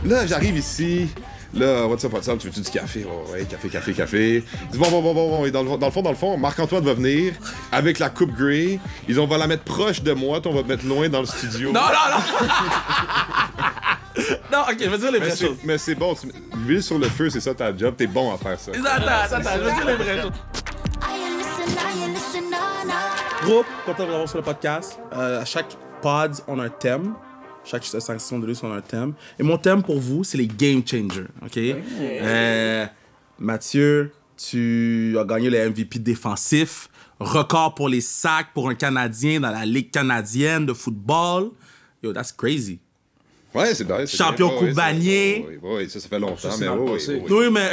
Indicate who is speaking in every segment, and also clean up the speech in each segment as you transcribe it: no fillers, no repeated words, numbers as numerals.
Speaker 1: Là, j'arrive ici. Là, what's up, tu veux-tu du café? Oh, ouais, café. Ils disent bon. Et dans le fond, Marc-Antoine va venir avec la coupe Grey. On va la mettre proche de moi, puis on va te mettre loin dans le studio.
Speaker 2: Non! Non, ok, je veux dire les vraies choses.
Speaker 1: Mais c'est bon, l'huile sur le feu, c'est ça ta job, t'es bon à faire ça.
Speaker 2: Attends, je veux dire les vraies choses. Groupe, content de vous avoir sur le podcast. À chaque pod, on a un thème. Chaque session de lutte, on a un thème. Et mon thème pour vous, c'est les game changers, ok? Mathieu, tu as gagné le MVP défensif. Record pour les sacs pour un Canadien dans la Ligue canadienne de football. Yo, that's crazy.
Speaker 1: Ouais, c'est bien.
Speaker 2: Champion Coupe Vanier.
Speaker 1: Oui, ça fait longtemps, mais oui.
Speaker 2: Oui, mais...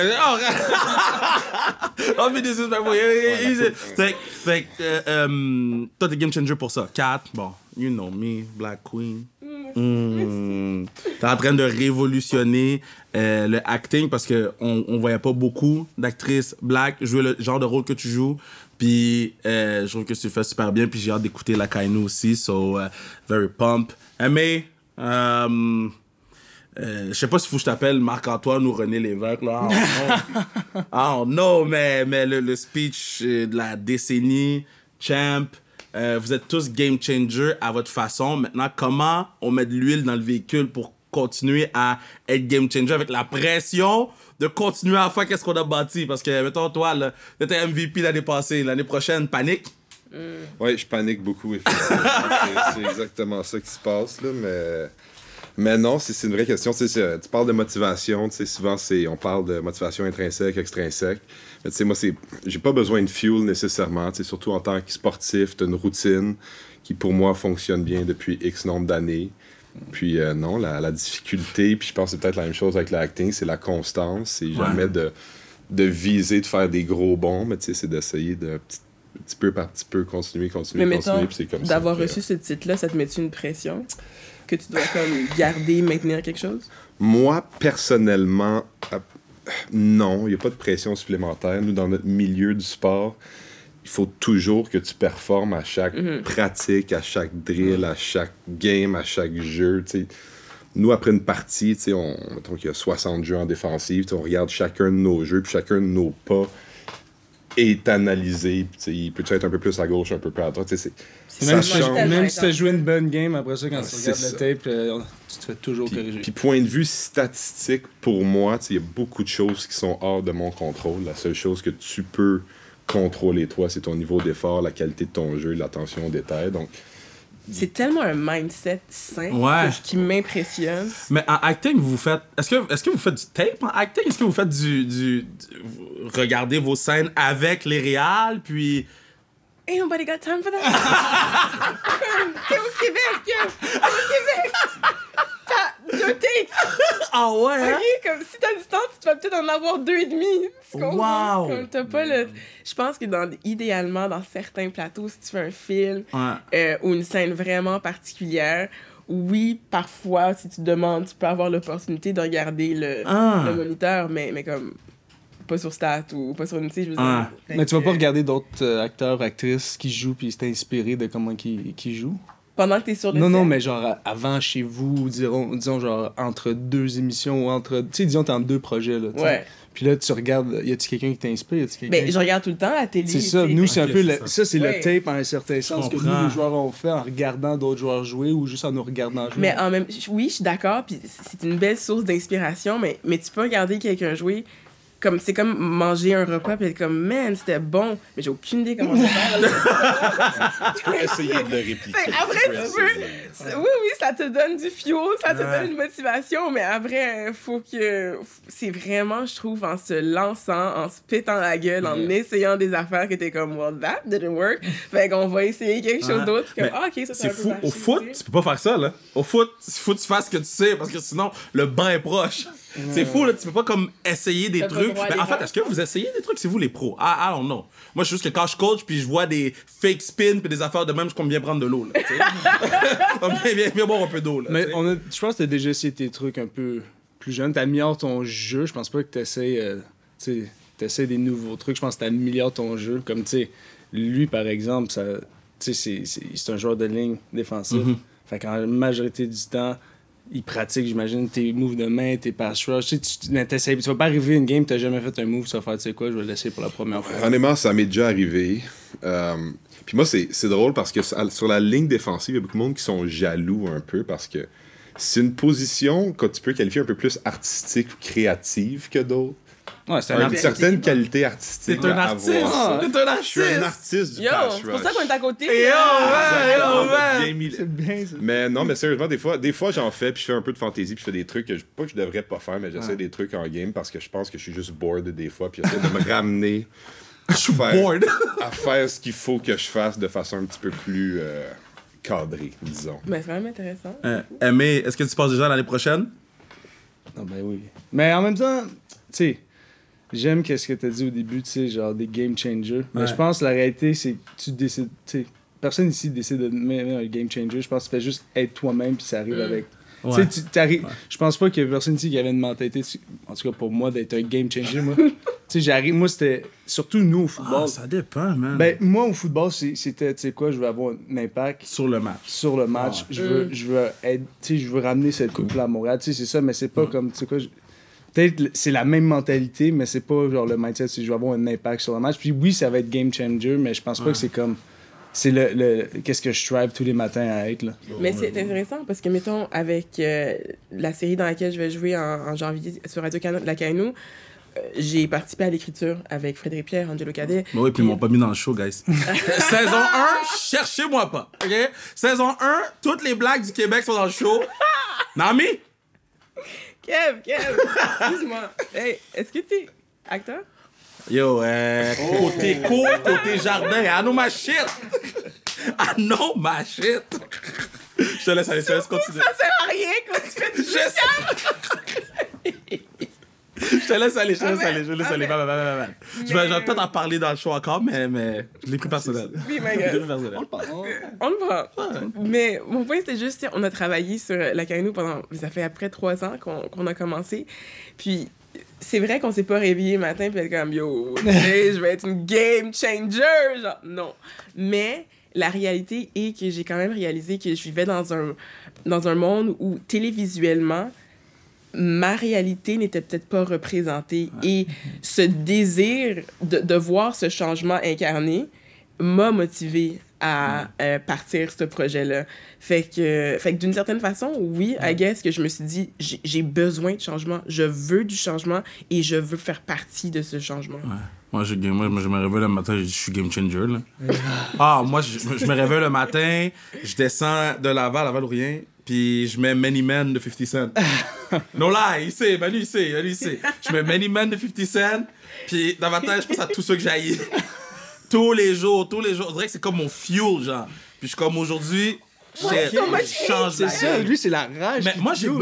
Speaker 2: Oh, mais this is my boy. Fait que, toi, t'es game changer pour ça. Kat, bon, you know me, Black Queen. T'es en train de révolutionner le acting parce qu'on voyait pas beaucoup d'actrices black jouer le genre de rôle que tu joues. Puis je trouve que tu le fais super bien. Puis j'ai hâte d'écouter la Kainu aussi. So, very pump. Mais... je sais pas s'il faut que je t'appelle Marc-Antoine ou René Lévesque là. Non, mais le speech de la décennie, champ, vous êtes tous game changer à votre façon. Maintenant, comment on met de l'huile dans le véhicule pour continuer à être game changer avec la pression de continuer à faire qu'est-ce qu'on a bâti? Parce que, mettons, toi, là, t'étais MVP l'année passée, l'année prochaine, panique.
Speaker 1: Ouais, je panique beaucoup, effectivement. c'est exactement ça qui se passe, là, mais non, c'est une vraie question. Tu parles de motivation, souvent on parle de motivation intrinsèque, extrinsèque. Mais moi, j'ai pas besoin de fuel nécessairement, surtout en tant que sportif, t'as une routine qui, pour moi, fonctionne bien depuis X nombre d'années. Puis non, la difficulté, puis je pense que c'est peut-être la même chose avec l'acting, c'est la constance. C'est jamais de viser de faire des gros bonds, mais c'est d'essayer de petit peu par petit peu continuer,
Speaker 3: mais mettons,
Speaker 1: puis c'est comme
Speaker 3: d'avoir reçu ce titre-là, ça te met-tu une pression? Que tu dois comme garder, maintenir quelque chose?
Speaker 1: Moi, personnellement, non, il n'y a pas de pression supplémentaire. Nous, dans notre milieu du sport, il faut toujours que tu performes à chaque pratique, à chaque drill, à chaque game, à chaque jeu. T'sais. Nous, après une partie, mettons qu'il y a 60 jeux en défensive, on regarde chacun de nos jeux, puis chacun de nos pas est analysé. Il peut être un peu plus à gauche, un peu plus à droite.
Speaker 4: Même si tu as joué une bonne game, après ça, quand tu regardes le tape, tu te fais toujours corriger.
Speaker 1: Puis point de vue statistique, pour moi, il y a beaucoup de choses qui sont hors de mon contrôle. La seule chose que tu peux contrôler, toi, c'est ton niveau d'effort, la qualité de ton jeu, l'attention aux détails. Donc,
Speaker 3: c'est tellement un mindset sain qui m'impressionne.
Speaker 2: Mais en acting, vous faites... Est-ce que vous faites du tape en acting? Est-ce que vous faites regardez vos scènes avec les réals, puis...
Speaker 3: Ain't nobody got time for that. T'es au Québec, T'as deux takes.
Speaker 2: Ah ouais, hein?
Speaker 3: Ok, comme si t'as du temps, tu vas peut-être en avoir 2,5. Tu comprends? Comme t'as pas le... Je pense que idéalement, dans certains plateaux, si tu fais un film ou une scène vraiment particulière, oui, parfois, si tu demandes, tu peux avoir l'opportunité de regarder le moniteur, mais comme... pas sur Stat ou pas sur une je veux dire.
Speaker 4: Mais tu vas pas regarder d'autres acteurs, actrices qui jouent puis t'inspirer de comment ils jouent?
Speaker 3: Pendant que t'es sur le
Speaker 4: Non, mais genre avant chez vous, disons genre entre deux émissions ou entre... Tu sais, disons t'es en deux projets, là.
Speaker 3: Ouais.
Speaker 4: Puis là, tu regardes, y a-tu quelqu'un qui t'inspire?
Speaker 3: Ben, je regarde tout le temps la télé.
Speaker 4: C'est ça, nous, c'est un peu... Ça, c'est
Speaker 3: le
Speaker 4: tape en un certain sens que nous, les joueurs, on fait en regardant d'autres joueurs jouer ou juste en nous regardant jouer.
Speaker 3: Mais oui, je suis d'accord, puis c'est une belle source d'inspiration, mais tu peux regarder quelqu'un jouer... C'est comme manger un repas puis être comme man c'était bon mais j'ai aucune idée comment ça faire.
Speaker 1: Tu peux essayer de le répliquer.
Speaker 3: Après tu peux oui ça te donne du fuel, ça te donne une motivation, mais après faut que c'est vraiment, je trouve, en se lançant, en se pétant la gueule, en essayant des affaires que t'es comme well that didn't work, fait qu'on va essayer quelque chose d'autre comme ok ça
Speaker 2: c'est fou. Au foot tu peux pas faire ça là. Au foot il faut que tu fasses ce que tu sais parce que sinon le banc est proche. C'est fou, là, tu peux pas comme essayer des trucs. Mais en fait, est-ce que vous essayez des trucs? C'est vous les pros. I don't know. Moi, je suis juste que quand je coach puis je vois des fake spins puis des affaires de même, je compte bien prendre de l'eau, là, tu sais. bien boire un peu d'eau, là.
Speaker 4: Mais je pense que t'as déjà essayé tes trucs un peu plus jeunes. T'améliores ton jeu. Je pense pas que t'essayes des nouveaux trucs. Je pense que t'améliores ton jeu. Comme, tu sais, lui, par exemple, c'est un joueur de ligne défensif. Fait qu'en majorité du temps, ils pratiquent, j'imagine, tes moves de main, tes pass rush. Tu vas pas arriver une game, t'as jamais fait un move, tu vas faire, tu sais quoi, je vais le laisser pour la première fois.
Speaker 1: Honnêtement, ça m'est déjà arrivé. Puis moi, c'est drôle parce que sur la ligne défensive, il y a beaucoup de monde qui sont jaloux un peu parce que c'est une position que tu peux qualifier un peu plus artistique ou créative que d'autres.
Speaker 4: Ouais, c'est
Speaker 1: une certaine qualité artistique.
Speaker 2: C'est un artiste.
Speaker 1: C'est
Speaker 2: un artiste.
Speaker 1: Je suis un artiste du
Speaker 3: Yo,
Speaker 1: pass rush.
Speaker 3: c'est pour ça qu'on est à côté.
Speaker 4: C'est bien ça.
Speaker 1: Mais non, mais sérieusement, des fois j'en fais, puis je fais un peu de fantaisie, puis je fais des trucs pas que je devrais pas faire, mais j'essaie des trucs en game parce que je pense que je suis juste bored des fois, puis j'essaie de me ramener
Speaker 2: Je suis bored.
Speaker 1: à faire ce qu'il faut que je fasse de façon un petit peu plus cadrée, disons.
Speaker 3: Mais c'est quand même intéressant.
Speaker 2: Aimé, est-ce que tu passes déjà l'année prochaine?
Speaker 4: Non, ben oui. Mais en même temps, tu sais, j'aime ce que tu as dit au début, tu sais, genre des game changers. Mais je pense que la réalité, c'est que tu décides, tu sais, personne ici décide de mettre un game changer. Je pense que tu fais juste être toi-même, puis ça arrive avec.
Speaker 2: Ouais.
Speaker 4: Tu sais, je pense pas qu'il y a personne ici qui avait une mentalité, en tout cas pour moi, d'être un game changer, moi. Tu sais, j'arrive, moi, c'était, surtout nous au football.
Speaker 2: Ah, ça dépend, man.
Speaker 4: Ben, moi, au football, c'était, tu sais quoi, je veux avoir un impact
Speaker 2: sur le match.
Speaker 4: sur le match. Je veux être, tu sais, je veux ramener cette coupe-là à Montréal. Tu sais, c'est ça, mais c'est pas comme, tu sais quoi, peut-être c'est la même mentalité, mais c'est pas genre le mindset, c'est je veux avoir un impact sur le match. Puis oui, ça va être game changer, mais je pense pas que c'est comme, c'est qu'est-ce que je strive tous les matins à être, là.
Speaker 3: Mais c'est intéressant parce que, mettons, avec la série dans laquelle je vais jouer en janvier sur Radio-Canada, j'ai participé à l'écriture avec Frédéric Pierre, Angelo Cadet.
Speaker 2: Oui, puis ils m'ont pas mis dans le show, guys. Saison 1, cherchez-moi pas, OK? Saison 1, toutes les blagues du Québec sont dans le show. Nami?
Speaker 3: Kev, excuse-moi. Hey, est-ce que t'es acteur?
Speaker 2: Yo, côté cours, côté jardin, I know my shit! I know my shit! Je te laisse aller, je te laisse continuer.
Speaker 3: Ça sert à rien quand tu fais du
Speaker 2: Je te laisse aller, Bye. Je vais peut-être en parler dans le show encore, mais je l'ai pris personnel.
Speaker 3: Oui, my God. On le prend. Mais mon point, c'était juste, on a travaillé sur la Cano pendant, ça fait après 3 ans qu'on a commencé. Puis, c'est vrai qu'on s'est pas réveillé le matin puis être comme, yo, tu sais, je vais être une game changer. Genre, non. Mais la réalité est que j'ai quand même réalisé que je vivais dans un monde où, télévisuellement, ma réalité n'était peut-être pas représentée. Ouais. Et ce désir de voir ce changement incarné m'a motivé à partir ce projet-là. Fait que d'une certaine façon, oui, I guess que je me suis dit, j'ai besoin de changement, je veux du changement et je veux faire partie de ce changement. Ouais.
Speaker 2: Moi, je me réveille le matin, je suis game changer, là. Moi, je me réveille le matin, je descends de Laval ou rien, puis je mets Many Men de 50 Cent. No lie, il sait. Je mets Many Men de 50 Cent, puis dans ma tête, je pense à tous ceux que j'haïs. Tous les jours. On dirait que c'est comme mon fuel, genre. Puis je suis comme aujourd'hui, je change.
Speaker 4: C'est ça, lui, c'est la rage.
Speaker 2: Mais moi, j'ai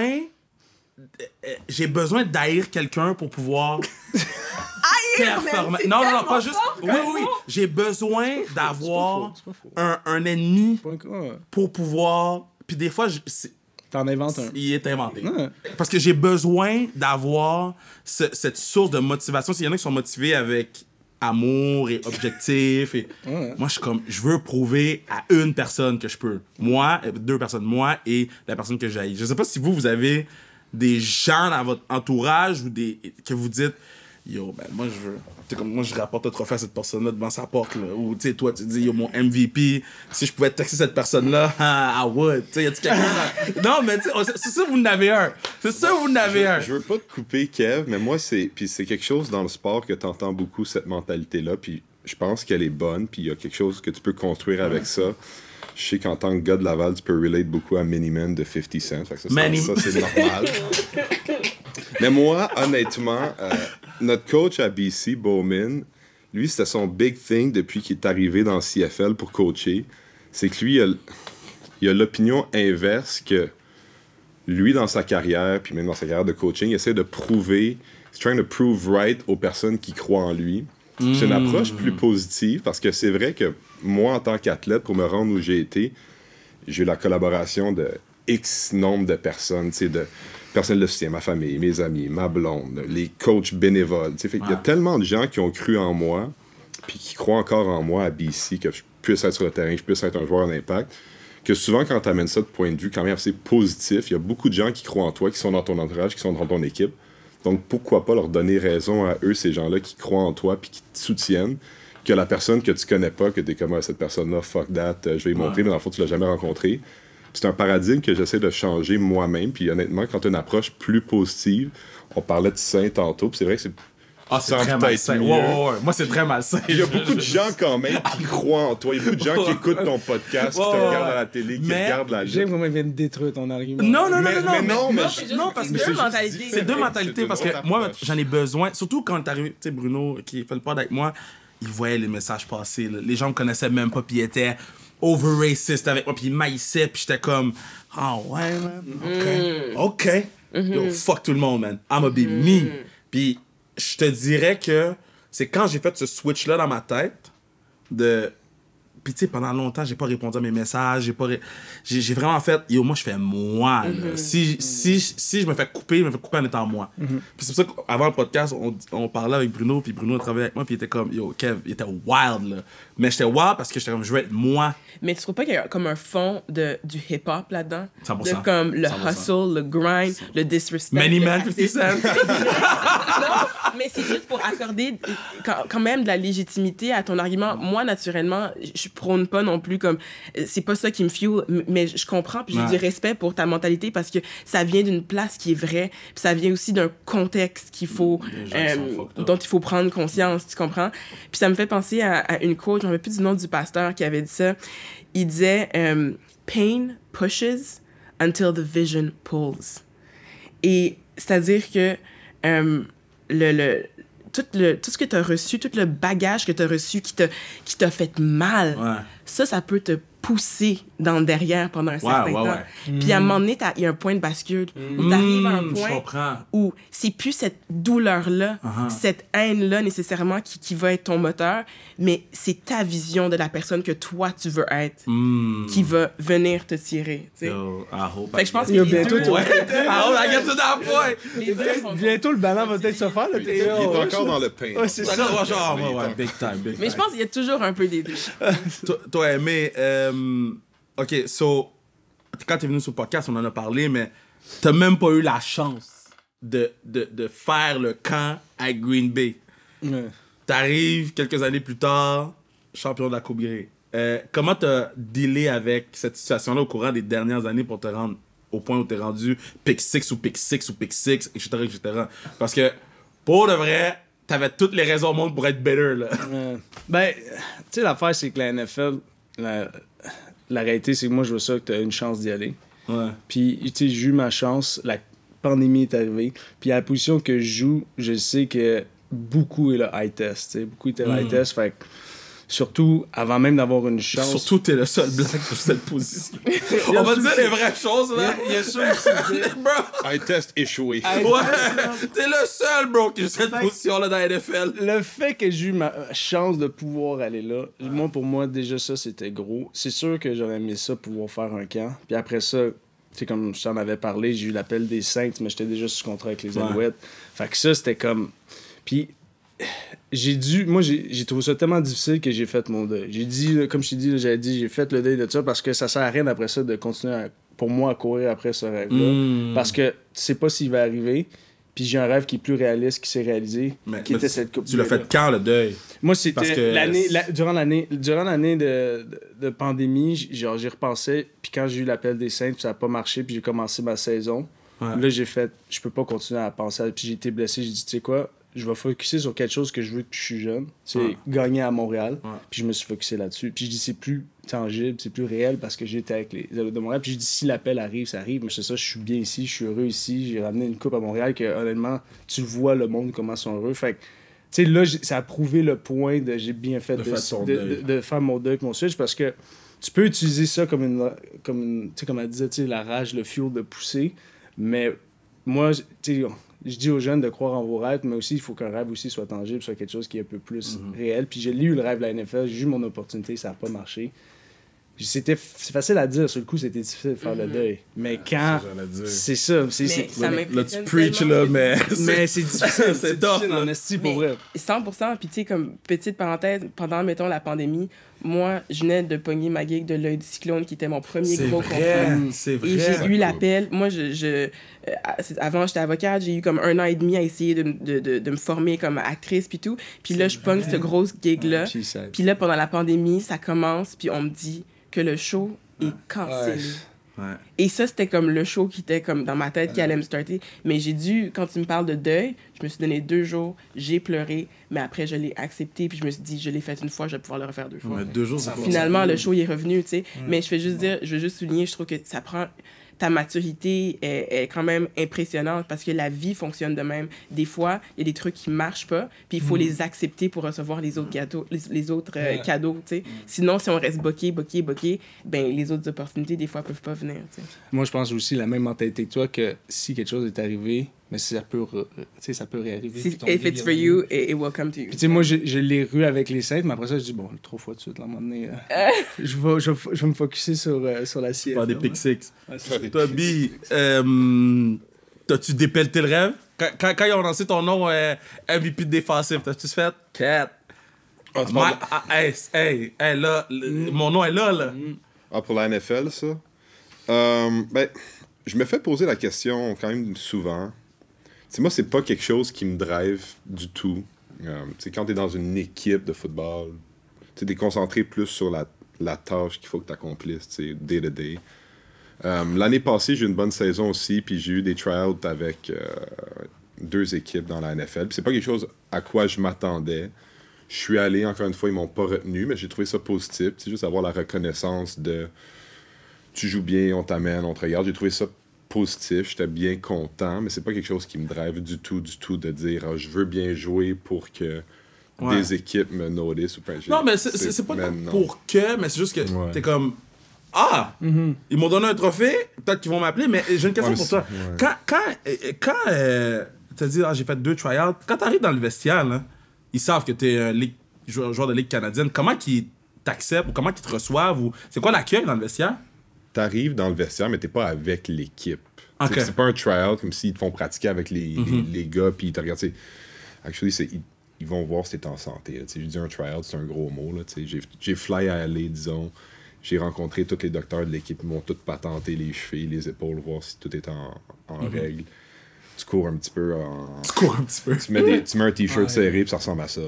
Speaker 2: besoin d'haïr quelqu'un pour pouvoir performer. Non, pas juste. Oui. J'ai besoin d'avoir un ennemi pour pouvoir. Puis des fois,
Speaker 4: t'en inventes un.
Speaker 2: Il est inventé. Ouais. Parce que j'ai besoin d'avoir cette source de motivation. S'il y en a qui sont motivés avec amour et objectif. Moi, je veux prouver à une personne que je peux. Moi, 2 personnes. Moi et la personne que j'haïs. Je sais pas si vous avez des gens dans votre entourage ou que vous dites, yo, ben moi, je veux. Tu sais, comme moi, je rapporte le trophée à cette personne-là devant sa porte, là. Ou, tu sais, toi, tu dis, yo, mon MVP, si je pouvais taxer cette personne-là, I would. Tu sais, y a-tu quelqu'un là? Non, mais tu sais, c'est ça, vous en avez un.
Speaker 1: Je veux pas te couper, Kev, mais moi, c'est quelque chose dans le sport que t'entends beaucoup, cette mentalité-là, puis je pense qu'elle est bonne, puis il y a quelque chose que tu peux construire avec ça. Je sais qu'en tant que gars de Laval, tu peux relate beaucoup à Many Men de 50 Cent. Fait que ça, c'est normal. Mais moi, honnêtement, notre coach à BC, Bowman, lui, c'était son big thing depuis qu'il est arrivé dans le CFL pour coacher. C'est que lui, il a l'opinion inverse que lui, dans sa carrière, puis même dans sa carrière de coaching, il essaie de prouver, he's trying to prove right aux personnes qui croient en lui. C'est une approche plus positive parce que c'est vrai que moi, en tant qu'athlète, pour me rendre où j'ai été, j'ai eu la collaboration de X nombre de personnes, tu sais, de personnes de soutien, ma famille, mes amis, ma blonde, les coachs bénévoles. Tu sais, fait qu'il y a tellement de gens qui ont cru en moi puis qui croient encore en moi à BC, que je puisse être sur le terrain, que je puisse être un joueur d'impact, que souvent, quand tu amènes ça de point de vue quand même assez positif, il y a beaucoup de gens qui croient en toi, qui sont dans ton entourage, qui sont dans ton équipe. Donc, pourquoi pas leur donner raison à eux, ces gens-là qui croient en toi puis qui te soutiennent, que la personne que tu connais pas, que t'es comme cette personne-là, fuck that, je vais lui montrer, mais dans le fond, tu l'as jamais rencontré. C'est un paradigme que j'essaie de changer moi-même. Puis honnêtement, quand tu as une approche plus positive, on parlait de sain tantôt, puis c'est vrai que c'est...
Speaker 2: c'est très malsain. Moi, c'est très malsain.
Speaker 1: Il y a beaucoup de gens quand même qui croient en toi. Il y a beaucoup de gens qui écoutent ton podcast, qui te regardent à la télé, qui regardent la lutte.
Speaker 4: J'aime comment il vient de détruire ton argument.
Speaker 2: Non,
Speaker 3: parce que
Speaker 2: c'est deux mentalités. Parce que moi, j'en ai besoin. Surtout quand t'es arrivé, tu sais, Bruno, qui fait le pod avec moi, il voyait les messages passer. Là. Les gens me connaissaient même pas, puis ils étaient over-racist avec moi, puis ils maïssaient, puis j'étais comme, ouais, man, OK. Yo, fuck tout le monde, man. I'ma be me. Puis je te dirais que c'est quand j'ai fait ce switch-là dans ma tête de... Puis tu sais, pendant longtemps, j'ai pas répondu à mes messages, j'ai vraiment fait, yo, moi, je fais moi, là. Si je me fais couper en étant moi. Puis c'est pour ça qu'avant le podcast, on parlait avec Bruno, puis Bruno travaillait avec moi, puis il était comme, yo, Kev, il était wild, là. Mais j'étais wild parce que j'étais comme, je veux être moi.
Speaker 3: Mais tu trouves pas qu'il y a comme un fond du hip-hop là-dedans?
Speaker 2: 100%.
Speaker 3: De comme le
Speaker 2: 100%.
Speaker 3: hustle, le grind, le disrespect.
Speaker 2: Many Man, 50 Cent.
Speaker 3: Non, mais c'est juste pour accorder quand même de la légitimité à ton argument. Moi, naturellement, je prône pas non plus comme... C'est pas ça qui me fuel, mais je comprends, puis j'ai du respect pour ta mentalité parce que ça vient d'une place qui est vraie, puis ça vient aussi d'un contexte qu'il faut... dont il faut prendre conscience, tu comprends? Puis ça me fait penser à une quote, je ne me rappelle plus du nom du pasteur qui avait dit ça. Il disait « Pain pushes until the vision pulls ». Et c'est-à-dire que tout ce que tu as reçu, tout le bagage que tu as reçu qui t'a fait mal, ça peut te pousser dans le derrière pendant un certain temps. Puis à un moment donné, il y a un point de bascule où tu arrives à un point où c'est plus cette douleur-là, cette haine-là nécessairement qui va être ton moteur, mais c'est ta vision de la personne que toi, tu veux être qui va venir te tirer. Fait que je pense que bientôt,
Speaker 4: bientôt, le ballon va peut-être se faire. Là,
Speaker 1: il est encore dans le pain.
Speaker 2: C'est ça. Big time.
Speaker 3: Mais je pense qu'il y a toujours un peu des deux.
Speaker 2: Toi, Aimé, OK, so, quand t'es venu sur le podcast, on en a parlé, mais t'as même pas eu la chance de faire le camp à Green Bay. T'arrives quelques années plus tard, champion de la Coupe Grey. Comment t'as dealé avec cette situation-là au courant des dernières années pour te rendre au point où t'es rendu pick 6 ou pick 6 ou pick 6, etc., etc. Parce que, pour de vrai, t'avais toutes les raisons au monde pour être better, là.
Speaker 4: Ben, tu sais, l'affaire, c'est que la NFL... La réalité, c'est que moi, je veux ça que tu as une chance d'y aller. Puis, tu sais, j'ai eu ma chance. La pandémie est arrivée. Puis, à la position que je joue, je sais que beaucoup est le high test. T'sais. Beaucoup étaient le high test. Fait que, surtout, avant même d'avoir une chance...
Speaker 2: Surtout, t'es le seul black sur cette position. On va dire les vraies choses, là.
Speaker 4: Il y a ça aussi.
Speaker 2: Bro!
Speaker 1: High test échoué.
Speaker 2: T'es le seul, bro, qui a cette position-là dans la NFL.
Speaker 4: Le fait que j'ai eu ma chance de pouvoir aller là, pour moi, déjà ça, c'était gros. C'est sûr que j'aurais aimé ça, pouvoir faire un camp. Puis après ça, tu sais, comme je t'en avais parlé, j'ai eu l'appel des Saints, mais j'étais déjà sous contrat avec les Alouettes. Fait que ça, c'était comme... Puis... j'ai trouvé ça tellement difficile que j'ai fait mon deuil. J'ai dit, comme je t'ai dit, j'ai fait le deuil de ça parce que ça sert à rien après ça de continuer pour moi à courir après ce rêve-là. Parce que tu sais pas s'il va arriver. Puis j'ai un rêve qui est plus réaliste, qui s'est réalisé, qui était cette coupe.
Speaker 2: Tu l'as fait quand, le deuil?
Speaker 4: Moi, c'était durant l'année de pandémie, j'y repensais. Puis quand j'ai eu l'appel des Saints, ça n'a pas marché, puis j'ai commencé ma saison. Là, j'ai fait, je peux pas continuer à penser. Puis j'ai été blessé, j'ai dit, tu sais quoi? Je vais focusser sur quelque chose que je veux depuis que je suis jeune. C'est gagner à Montréal. Puis je me suis focusé là-dessus. Puis je dis, c'est plus tangible, c'est plus réel parce que j'étais avec les Alouettes de Montréal. Puis je dis, si l'appel arrive, ça arrive. Mais c'est ça, je suis bien ici, je suis heureux ici. J'ai ramené une coupe à Montréal que, honnêtement, tu vois le monde comment ils sont heureux. Fait que, tu sais, là, ça a prouvé le point de j'ai bien fait de faire mon deuil et mon switch parce que tu peux utiliser ça comme une tu sais, comme elle disait, tu sais, la rage, le fuel de pousser. Mais moi, tu sais, je dis aux jeunes de croire en vos rêves, mais aussi, il faut qu'un rêve aussi soit tangible, soit quelque chose qui est un peu plus réel. Puis j'ai lu le rêve de la NFL, j'ai eu mon opportunité, ça n'a pas marché. C'est facile à dire, sur le coup, c'était difficile de faire le deuil. Mais quand... C'est ça.
Speaker 2: Là, tu preach, là, mais...
Speaker 4: Mais c'est difficile,
Speaker 2: c'est difficile
Speaker 4: en esti, pour vrai.
Speaker 3: 100%, puis tu sais, comme petite parenthèse, pendant, mettons, la pandémie, moi, je venais de pogner ma gig de l'œil du cyclone, qui était mon premier gros contrat.
Speaker 2: C'est vrai.
Speaker 3: Et j'ai eu l'appel. Moi, avant, j'étais avocate. J'ai eu comme 1 an et demi à essayer de me former comme actrice puis tout. Puis là, je pogne cette grosse gig-là. Puis là, pendant la pandémie, ça commence. Puis on me dit que le show est cancellé.
Speaker 2: Ouais.
Speaker 3: Et ça, c'était comme le show qui était comme dans ma tête qui allait me starter. Mais j'ai dû, quand tu me parles de deuil, je me suis donné 2 jours, j'ai pleuré, mais après, je l'ai accepté, puis je me suis dit, je l'ai fait une fois, je vais pouvoir le refaire 2 fois.
Speaker 2: Mais 2 jours, ça
Speaker 3: Finalement, le show il est revenu, tu sais. Mais je veux juste souligner, je trouve que ça prend... Ta maturité est quand même impressionnante parce que la vie fonctionne de même. Des fois, il y a des trucs qui marchent pas, puis il faut les accepter pour recevoir les autres gâteaux, les autres cadeaux, tu sais. Sinon, si on reste boqué, ben les autres opportunités, des fois, peuvent pas venir, tu sais.
Speaker 4: Moi, je pense aussi la même mentalité que toi, que si quelque chose est arrivé, mais ça peut réarriver.
Speaker 3: If it's for you, it will come to you.
Speaker 4: Puis, tu sais, moi, je l'ai rue avec les Saints, mais après ça, je dis, bon, 3 fois de suite, là, à un moment donné, je vais me focusser sur la CFL.
Speaker 2: Faire des pick six. Toby, t'as-tu dépelleté le rêve? Quand ils ont lancé ton nom MVP défensif, t'as-tu fait? 4. Là, mon nom est là.
Speaker 1: Ah, pour la NFL, ça? Ben, je me fais poser la question quand même souvent. T'sais, moi, c'est pas quelque chose qui me drive du tout. Quand t'es dans une équipe de football, t'es concentré plus sur la tâche qu'il faut que t'accomplisses, day to day. L'année passée, j'ai eu une bonne saison aussi, puis j'ai eu des tryouts avec 2 équipes dans la NFL. Puis c'est pas quelque chose à quoi je m'attendais. Je suis allé, encore une fois, ils m'ont pas retenu, mais j'ai trouvé ça positif. C'est juste avoir la reconnaissance de tu joues bien, on t'amène, on te regarde. J'ai trouvé ça positif, j'étais bien content, mais c'est pas quelque chose qui me drive du tout de dire je veux bien jouer pour que des équipes me noticent.
Speaker 2: Non, mais c'est pas pour que, mais c'est juste que t'es comme ils m'ont donné un trophée, peut-être qu'ils vont m'appeler, mais j'ai une question pour toi. Quand t'as dit j'ai fait 2 tryouts, quand t'arrives dans le vestiaire, là, ils savent que t'es un joueur de Ligue canadienne, comment qu'ils t'acceptent ou comment qu'ils te reçoivent ou c'est quoi l'accueil dans le vestiaire?
Speaker 1: T'arrives dans le vestiaire, mais t'es pas avec l'équipe.
Speaker 2: Okay.
Speaker 1: C'est pas un tryout comme s'ils te font pratiquer avec les gars, puis ils te regardent. Actually, ils vont voir si t'es en santé. Je dis un tryout, c'est un gros mot. Là, j'ai fly à aller, disons. J'ai rencontré tous les docteurs de l'équipe, ils m'ont tous patenté les chevilles, les épaules, voir si tout est en règle. Tu cours un petit peu. Tu mets un t-shirt serré, puis ça ressemble à ça.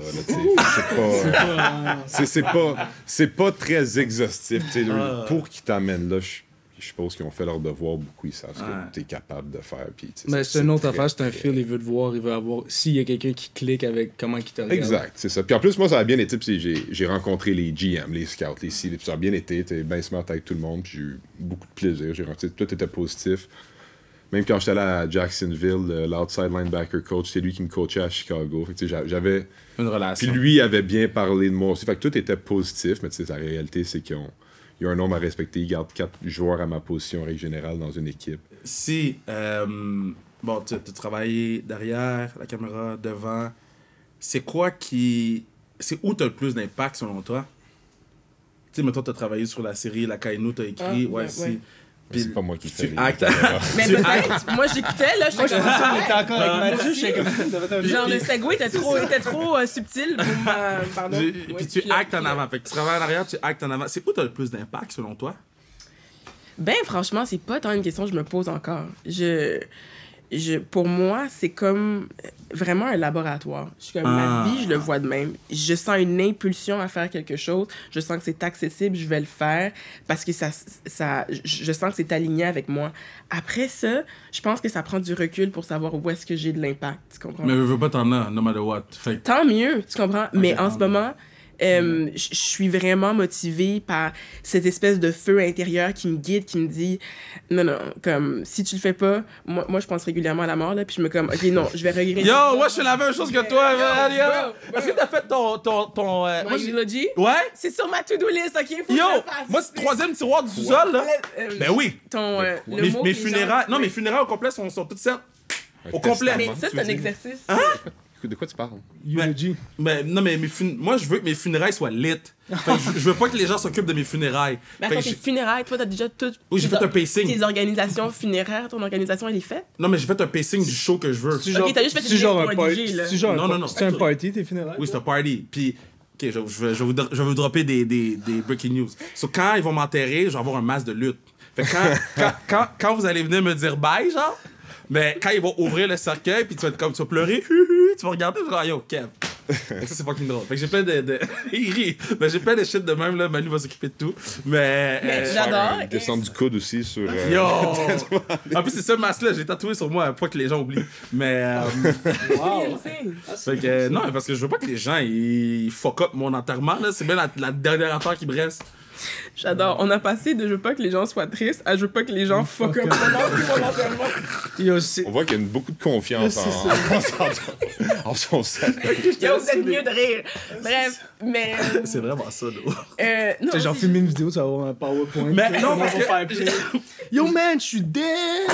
Speaker 1: C'est pas très exhaustif. Pour qu'ils t'amènent là, je suppose qu'ils ont fait leur devoir beaucoup. Ils savent ce que tu es capable de faire. Puis,
Speaker 4: mais c'est une autre affaire, c'est un feel, il veut te voir, il veut avoir. S'il y a quelqu'un qui clique avec comment il te regarde.
Speaker 1: Exact, c'est ça. Puis en plus, moi, ça a bien été. Puis j'ai rencontré les GM, les scouts, les CIL. Puis ça a bien été. T'es bien smart avec tout le monde. Puis j'ai eu beaucoup de plaisir. Tout était positif. Même quand j'étais allé à Jacksonville, l'outside linebacker coach, c'est lui qui me coachait à Chicago. Fait que, j'avais
Speaker 2: une relation.
Speaker 1: Puis lui avait bien parlé de moi aussi. Fait que tout était positif, mais la réalité, c'est qu'il y a un nombre à respecter. Il garde 4 joueurs à ma position en règle générale dans une équipe.
Speaker 2: Si, bon, tu as travaillé derrière, la caméra, devant. C'est quoi qui... C'est où tu as le plus d'impact selon toi? Tu sais, mettons, tu as travaillé sur la série La Kainu, tu as écrit,
Speaker 1: Puis c'est pas moi qui fais
Speaker 2: tu actes.
Speaker 3: Mais peut-être, moi j'écoutais, là, j'étais comme ça.
Speaker 4: T'es encore avec Mathieu, j'étais comme
Speaker 3: genre le segway était trop subtil pour pardon.
Speaker 2: Puis tu actes en avant. Fait que tu travailles en arrière, tu actes en avant. C'est où tu as le plus d'impact selon toi?
Speaker 3: Ben franchement, c'est pas tant une question que je me pose encore. Pour moi, c'est comme vraiment un laboratoire. Je suis comme, ma vie, je le vois de même. Je sens une impulsion à faire quelque chose. Je sens que c'est accessible, je vais le faire parce que je sens que c'est aligné avec moi. Après ça, je pense que ça prend du recul pour savoir où est-ce que j'ai de l'impact. Tu comprends?
Speaker 2: Mais je veux pas t'en as, no matter what. Fait...
Speaker 3: Tant mieux, tu comprends? Mais en ce moment... je suis vraiment motivée par cette espèce de feu intérieur qui me guide, qui me dit non, comme si tu le fais pas, moi je pense régulièrement à la mort, là, puis je me comme ok, non, je vais regretter.
Speaker 2: Yo, moi je fais la même chose que toi, man. Est-ce que t'as fait ton
Speaker 3: My eulogy?
Speaker 2: Ouais?
Speaker 3: C'est sur ma to-do list, ok? Faut
Speaker 2: Yo,
Speaker 3: que je le fasse.
Speaker 2: moi c'est 3e tiroir du sous-sol, là. Ben oui. Mes funérailles, non, mes funérailles au complet sont toutes celles. Au complet.
Speaker 3: Mais ça, c'est un exercice.
Speaker 2: Hein?
Speaker 1: De quoi tu parles?
Speaker 4: Eulogy.
Speaker 2: Non, mais moi, je veux que mes funérailles soient lit. Je veux pas que les gens s'occupent de mes funérailles.
Speaker 3: Mais attends, tes funérailles, toi, t'as déjà tout...
Speaker 2: Oui, j'ai fait un pacing.
Speaker 3: Tes organisations funéraires, ton organisation, elle est faite?
Speaker 2: Non, mais j'ai fait un pacing du show que je veux.
Speaker 3: Ok, t'as juste fait une liste pour un DJ, là.
Speaker 4: Non. C'est un party, tes funérailles?
Speaker 2: Oui, c'est un party. Puis je vais vous dropper des breaking news. So, quand ils vont m'enterrer, je vais avoir un masque de lutte. Fait que quand vous allez venir me dire bye, genre, mais quand ils vont ouvrir le cercueil, puis tu vas être comme, tu vas pleurer, tu vas regarder, tu vas dire, yo, Kev. Ça, c'est fucking drôle. Fait que j'ai plein il rit. Mais j'ai plein de shit de même, là. Manu va s'occuper de tout. Mais
Speaker 3: j'adore.
Speaker 1: Descendre du coude aussi sur.
Speaker 2: Yo! En plus, c'est ce masque-là, j'ai tatoué sur moi, pas que les gens oublient. Mais.
Speaker 4: Wow!
Speaker 2: Fait que, non, parce que je veux pas que les gens ils fuck up mon enterrement, là. C'est bien la dernière affaire qui me reste.
Speaker 3: J'adore. On a passé de je veux pas que les gens soient tristes à je veux pas que les gens fuck up mon enterrement.
Speaker 1: On voit qu'il y a beaucoup de confiance en son set.
Speaker 3: Yo, vous êtes mieux de rire. Bref, mais.
Speaker 2: C'est vraiment ça, là.
Speaker 3: Non,
Speaker 4: Genre, filmer une vidéo, tu vas avoir un PowerPoint.
Speaker 2: Mais non, parce
Speaker 4: que. Yo, man, je suis dead!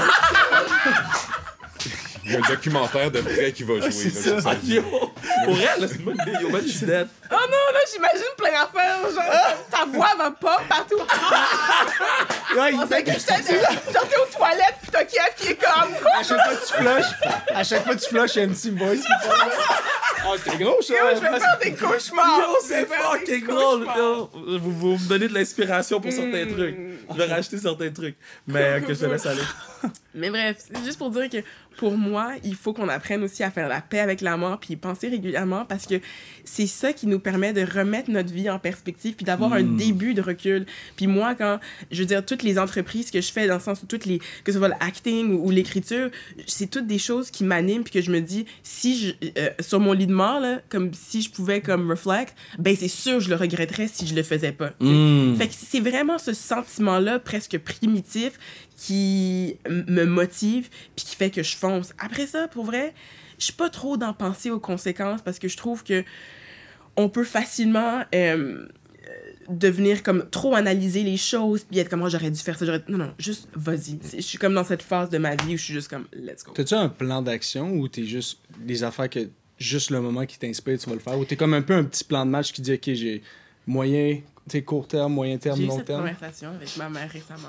Speaker 1: Il y a un documentaire de près qui va jouer.
Speaker 4: C'est
Speaker 1: là,
Speaker 4: ça.
Speaker 2: Yo! Pour elle, là, c'est une bonne idée. Yo, man, je suis dead.
Speaker 3: Oh non, là, j'imagine plein d'affaires. Genre, ta voix va pas partout.
Speaker 4: Ouais,
Speaker 3: On sait que j'étais aux toilettes, pis t'as Kiev qui est comme.
Speaker 4: à chaque fois que tu flushes, il y a un petit voice qui parle. Ah, c'est gros, ça!
Speaker 3: Yo, je vais faire des cauchemars.
Speaker 2: Yo, c'est fucking drôle. Yo, vous me donnez de l'inspiration pour certains trucs. Je vais rajouter certains trucs. Mais que je te laisse aller.
Speaker 3: Mais bref, c'est juste pour dire que pour moi, il faut qu'on apprenne aussi à faire la paix avec la mort puis y penser régulièrement parce que c'est ça qui nous permet de remettre notre vie en perspective puis d'avoir un début de recul. Puis moi, quand, je veux dire, toutes les entreprises que je fais, dans le sens où que ce soit l'acting ou l'écriture, c'est toutes des choses qui m'animent puis que je me dis, si sur mon lit de mort, là, comme si je pouvais comme reflect, ben c'est sûr je le regretterais si je le faisais pas. Fait que c'est vraiment ce sentiment-là presque primitif qui me motive puis qui fait que je fonce. Après ça, pour vrai, je suis pas trop d'en penser aux conséquences parce que je trouve que on peut facilement devenir comme trop analyser les choses puis être comme oh, j'aurais dû faire ça, non, juste vas-y. Je suis comme dans cette phase de ma vie où je suis juste comme let's go.
Speaker 4: T'as-tu un plan d'action ou t'es juste des affaires que juste le moment qui t'inspire, tu vas le faire ou t'es comme un peu un petit plan de match qui dit ok, j'ai moyen, tu sais, court terme, moyen terme, long terme?
Speaker 3: J'ai eu cette conversation avec ma mère récemment.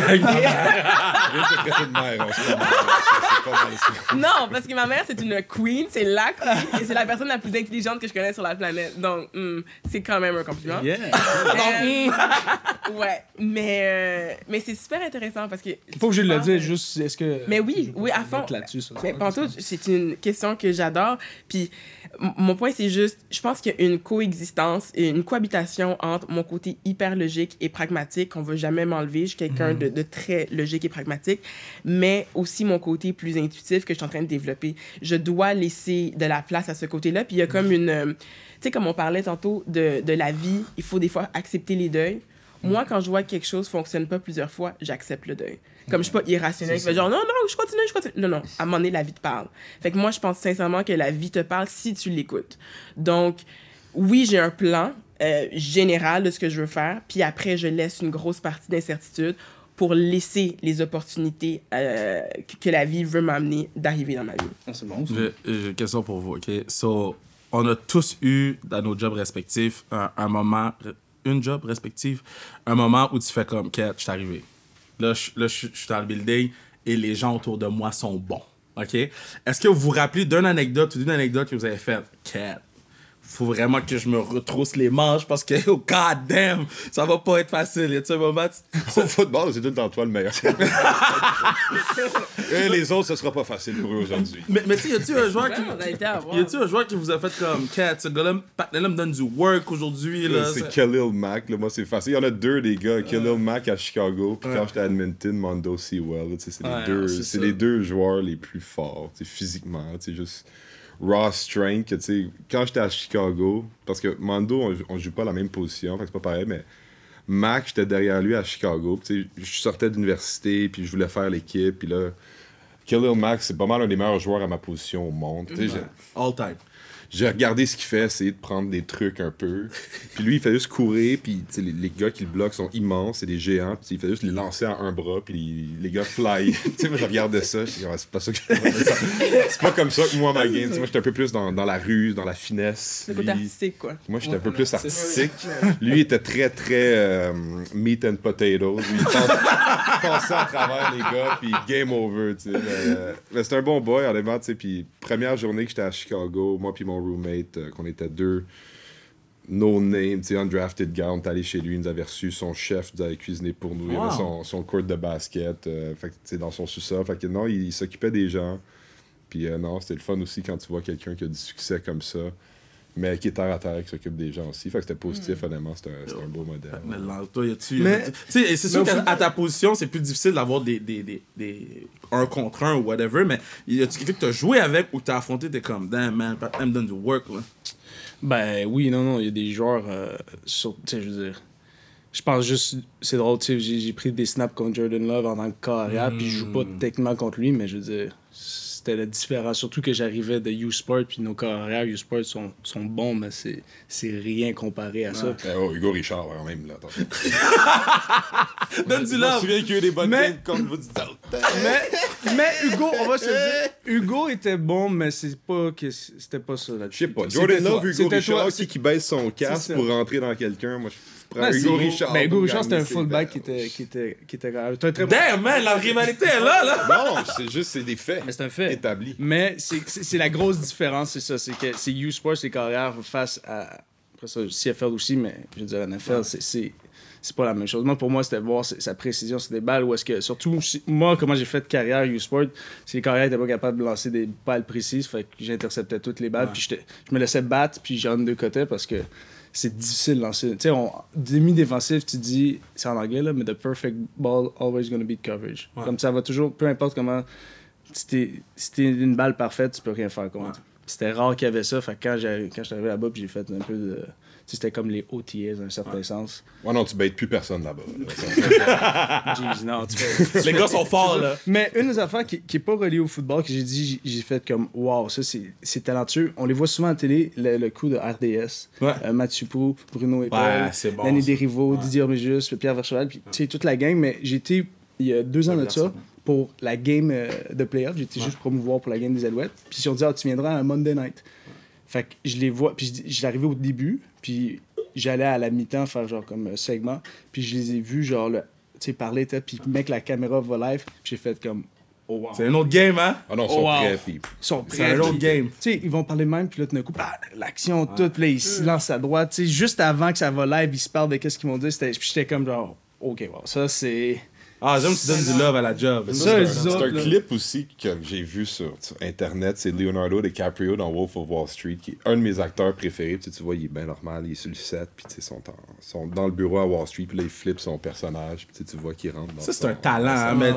Speaker 3: Non, parce que ma mère, c'est une queen, c'est la queen, et c'est la personne la plus intelligente que je connais sur la planète. Donc, c'est quand même un compliment.
Speaker 4: Yeah!
Speaker 3: Ouais, mais c'est super intéressant parce que...
Speaker 4: Faut que je le dise, juste, est-ce que...
Speaker 3: Mais oui, à fond. Mais pantoute, c'est une question que j'adore. Puis mon point, c'est juste, je pense qu'il y a une coexistence et une cohabitation entre mon côté hyper logique et pragmatique qu'on veut jamais m'enlever. Je suis quelqu'un de très logique et pragmatique, mais aussi mon côté plus intuitif que je suis en train de développer. Je dois laisser de la place à ce côté-là. Puis il y a comme une... tu sais, comme on parlait tantôt de la vie, il faut des fois accepter les deuils. Moi, quand je vois que quelque chose fonctionne pas plusieurs fois, j'accepte le deuil. Comme je suis pas irrationnelle, je fais genre non, je continue. Non, à un moment donné, la vie te parle. Fait que moi, je pense sincèrement que la vie te parle si tu l'écoutes. Donc, oui, j'ai un plan général de ce que je veux faire, puis après, je laisse une grosse partie d'incertitude pour laisser les opportunités que la vie veut m'amener d'arriver dans ma vie.
Speaker 4: Ah, c'est bon, ça.
Speaker 2: J'ai une question pour vous, OK? So, on a tous eu, dans nos jobs respectifs, un moment... une job respective, un moment où tu fais comme, Kat, je suis arrivé. Là, je suis dans le building et les gens autour de moi sont bons. OK? Est-ce que vous vous rappelez d'une anecdote ou d'une anecdote que vous avez faite? Kat, faut vraiment que je me retrousse les manches parce que, oh, god damn, ça va pas être facile. Y a-tu un moment...
Speaker 1: Au football, c'est tout le temps toi le meilleur. Et les autres, ce sera pas facile pour eux aujourd'hui.
Speaker 2: Mais tu sais, y a-tu un joueur qui vous a fait comme, Kat, ce gars-là me donne du work aujourd'hui? Là,
Speaker 1: c'est Khalil Mack. Là, moi, c'est facile. Il y en a deux des gars. Khalil Mack à Chicago. Puis quand j'étais à Edmonton, Mondo Sewell. C'est les deux joueurs les plus forts physiquement. Juste... raw strength, que tu sais, quand j'étais à Chicago, parce que Mando, on joue pas la même position, fait que c'est pas pareil, mais Mac, j'étais derrière lui à Chicago, tu sais, je sortais d'université, puis je voulais faire l'équipe, puis là, Khalil Mack, c'est pas mal un des meilleurs joueurs à ma position au monde, tu sais,
Speaker 2: all time.
Speaker 1: J'ai regardé ce qu'il fait, essayer de prendre des trucs un peu. Puis lui, il fait juste courir, puis les gars qui le bloquent sont immenses, c'est des géants, puis il fait juste les lancer à un bras, puis les gars fly. Tu sais, moi, je regardais ça, je dis, c'est pas ça que je c'est pas comme ça que moi, ma game. Moi, j'étais un peu plus dans la rue, dans la finesse.
Speaker 3: Le côté artistique, quoi.
Speaker 1: Moi, j'étais un peu plus artistique. Lui, il était très, très meat and potatoes. Il passait à travers les gars, puis game over, tu sais. Mais c'était un bon boy, honnêtement, tu sais. Puis première journée que j'étais à Chicago, moi puis mon roommate, qu'on était deux, no-name, tu sais, undrafted guy. On est allé chez lui, il nous avait reçu son chef, nous avait cuisiné pour nous. Il avait son court de basket, fait que, tu sais, dans son sous-sol. Fait que non, il s'occupait des gens. Puis non, c'était le fun aussi quand tu vois quelqu'un qui a du succès comme ça, mais qui est terre à terre, qui s'occupe des gens aussi. Fait que c'était positif, honnêtement, c'était un beau modèle.
Speaker 2: Mais là, toi, c'est sûr qu'à ta position, c'est plus difficile d'avoir des 1 contre 1 ou whatever, mais y a-tu quelqu'un que t'as joué avec ou que t'as affronté, t'es comme, damn man, Pat me donne du work, là?
Speaker 4: Ben oui, non, il y a des joueurs, tu sais, je veux dire, je pense juste, c'est drôle, tu sais, j'ai pris des snaps contre Jordan Love en tant que carrière, puis je joue pas techniquement contre lui, mais je veux dire, c'était la différence. Surtout que j'arrivais de U-Sport, puis nos carrières U-Sport sont bons, mais c'est rien comparé à ça.
Speaker 1: Hugo Richard, quand même, là.
Speaker 2: Donne du
Speaker 1: love! Je me souviens qu'il y a eu des bonnes games contre vous dites.
Speaker 4: Mais Hugo, on va se dire, Hugo était bon, mais c'était pas ça là.
Speaker 1: Je sais pas. Jordan Love, Hugo Richard, qui baisse son casque pour rentrer dans quelqu'un, moi je prends Hugo Richard.
Speaker 4: Ben Hugo Richard, c'était un fullback qui était grave.
Speaker 2: Damn, man, la rivalité est là!
Speaker 1: Non, c'est des faits.
Speaker 4: Mais c'est un fait
Speaker 1: établi.
Speaker 4: Mais c'est la grosse différence, c'est ça. C'est que c'est U-Sports, les carrières face à. Après ça, CFL aussi, mais je veux dire, NFL, c'est pas la même chose. Moi, pour moi, c'était voir sa précision sur des balles. Ou est-ce que, surtout, moi, comment j'ai fait carrière U-Sport, c'est les carrières n'étaient pas capables de lancer des balles précises. Fait que j'interceptais toutes les balles. Puis je me laissais battre, puis j'en de côté parce que c'est difficile de lancer. Tu sais, demi-défensif, tu dis, c'est en anglais, là, mais the perfect ball always gonna beat coverage. Comme ça va toujours, peu importe comment. Si t'es une balle parfaite, tu peux rien faire contre. C'était rare qu'il y avait ça. Fait que quand j'étais arrivé là-bas, j'ai fait un peu de. C'était comme les OTAs dans un certain sens.
Speaker 1: Ouais, non, tu baites plus personne là-bas.
Speaker 4: Jeez, non,
Speaker 2: les gars sont forts, là.
Speaker 4: Mais une des affaires qui est pas reliée au football, que j'ai fait comme, wow, ça, c'est talentueux. On les voit souvent à la télé, le coup de RDS. Mathieu Pou, Bruno Epel, Danny Desrivaux, Didier Orméjus, Pierre Vercheval, puis tu sais, toute la gang. Mais j'étais, il y a 2 ans de ça, pour la game de playoff. J'étais juste promouvoir pour la game des Alouettes. Puis ils ont dit, tu viendras à un Monday night. Fait que je les vois, puis j'arrivais au début, puis j'allais à la mi-temps faire genre comme segment, puis je les ai vus genre, tu sais, parler, puis mec, la caméra va live, puis j'ai fait comme, oh wow.
Speaker 2: C'est un autre game, hein?
Speaker 1: Ah non, ils sont prêts, puis...
Speaker 4: Ils sont prêts.
Speaker 2: C'est un autre game.
Speaker 4: Tu sais, ils vont parler de même, puis là, tout d'un coup, l'action toute, puis là, ils se lancent à droite, tu sais, juste avant que ça va live, ils se parlent de qu'est-ce qu'ils vont dire, puis j'étais comme genre, ok, wow, ça, c'est...
Speaker 2: Ah, j'aime que tu donnes du love à la job.
Speaker 1: C'est un clip aussi que j'ai vu sur Internet. C'est Leonardo DiCaprio dans Wolf of Wall Street, qui est un de mes acteurs préférés. Tu vois, il est bien normal, il est sur le set, puis ils sont dans le bureau à Wall Street, puis là, il flippe son personnage, puis tu vois qu'il rentre dans
Speaker 2: ça, c'est un talent, hein, mais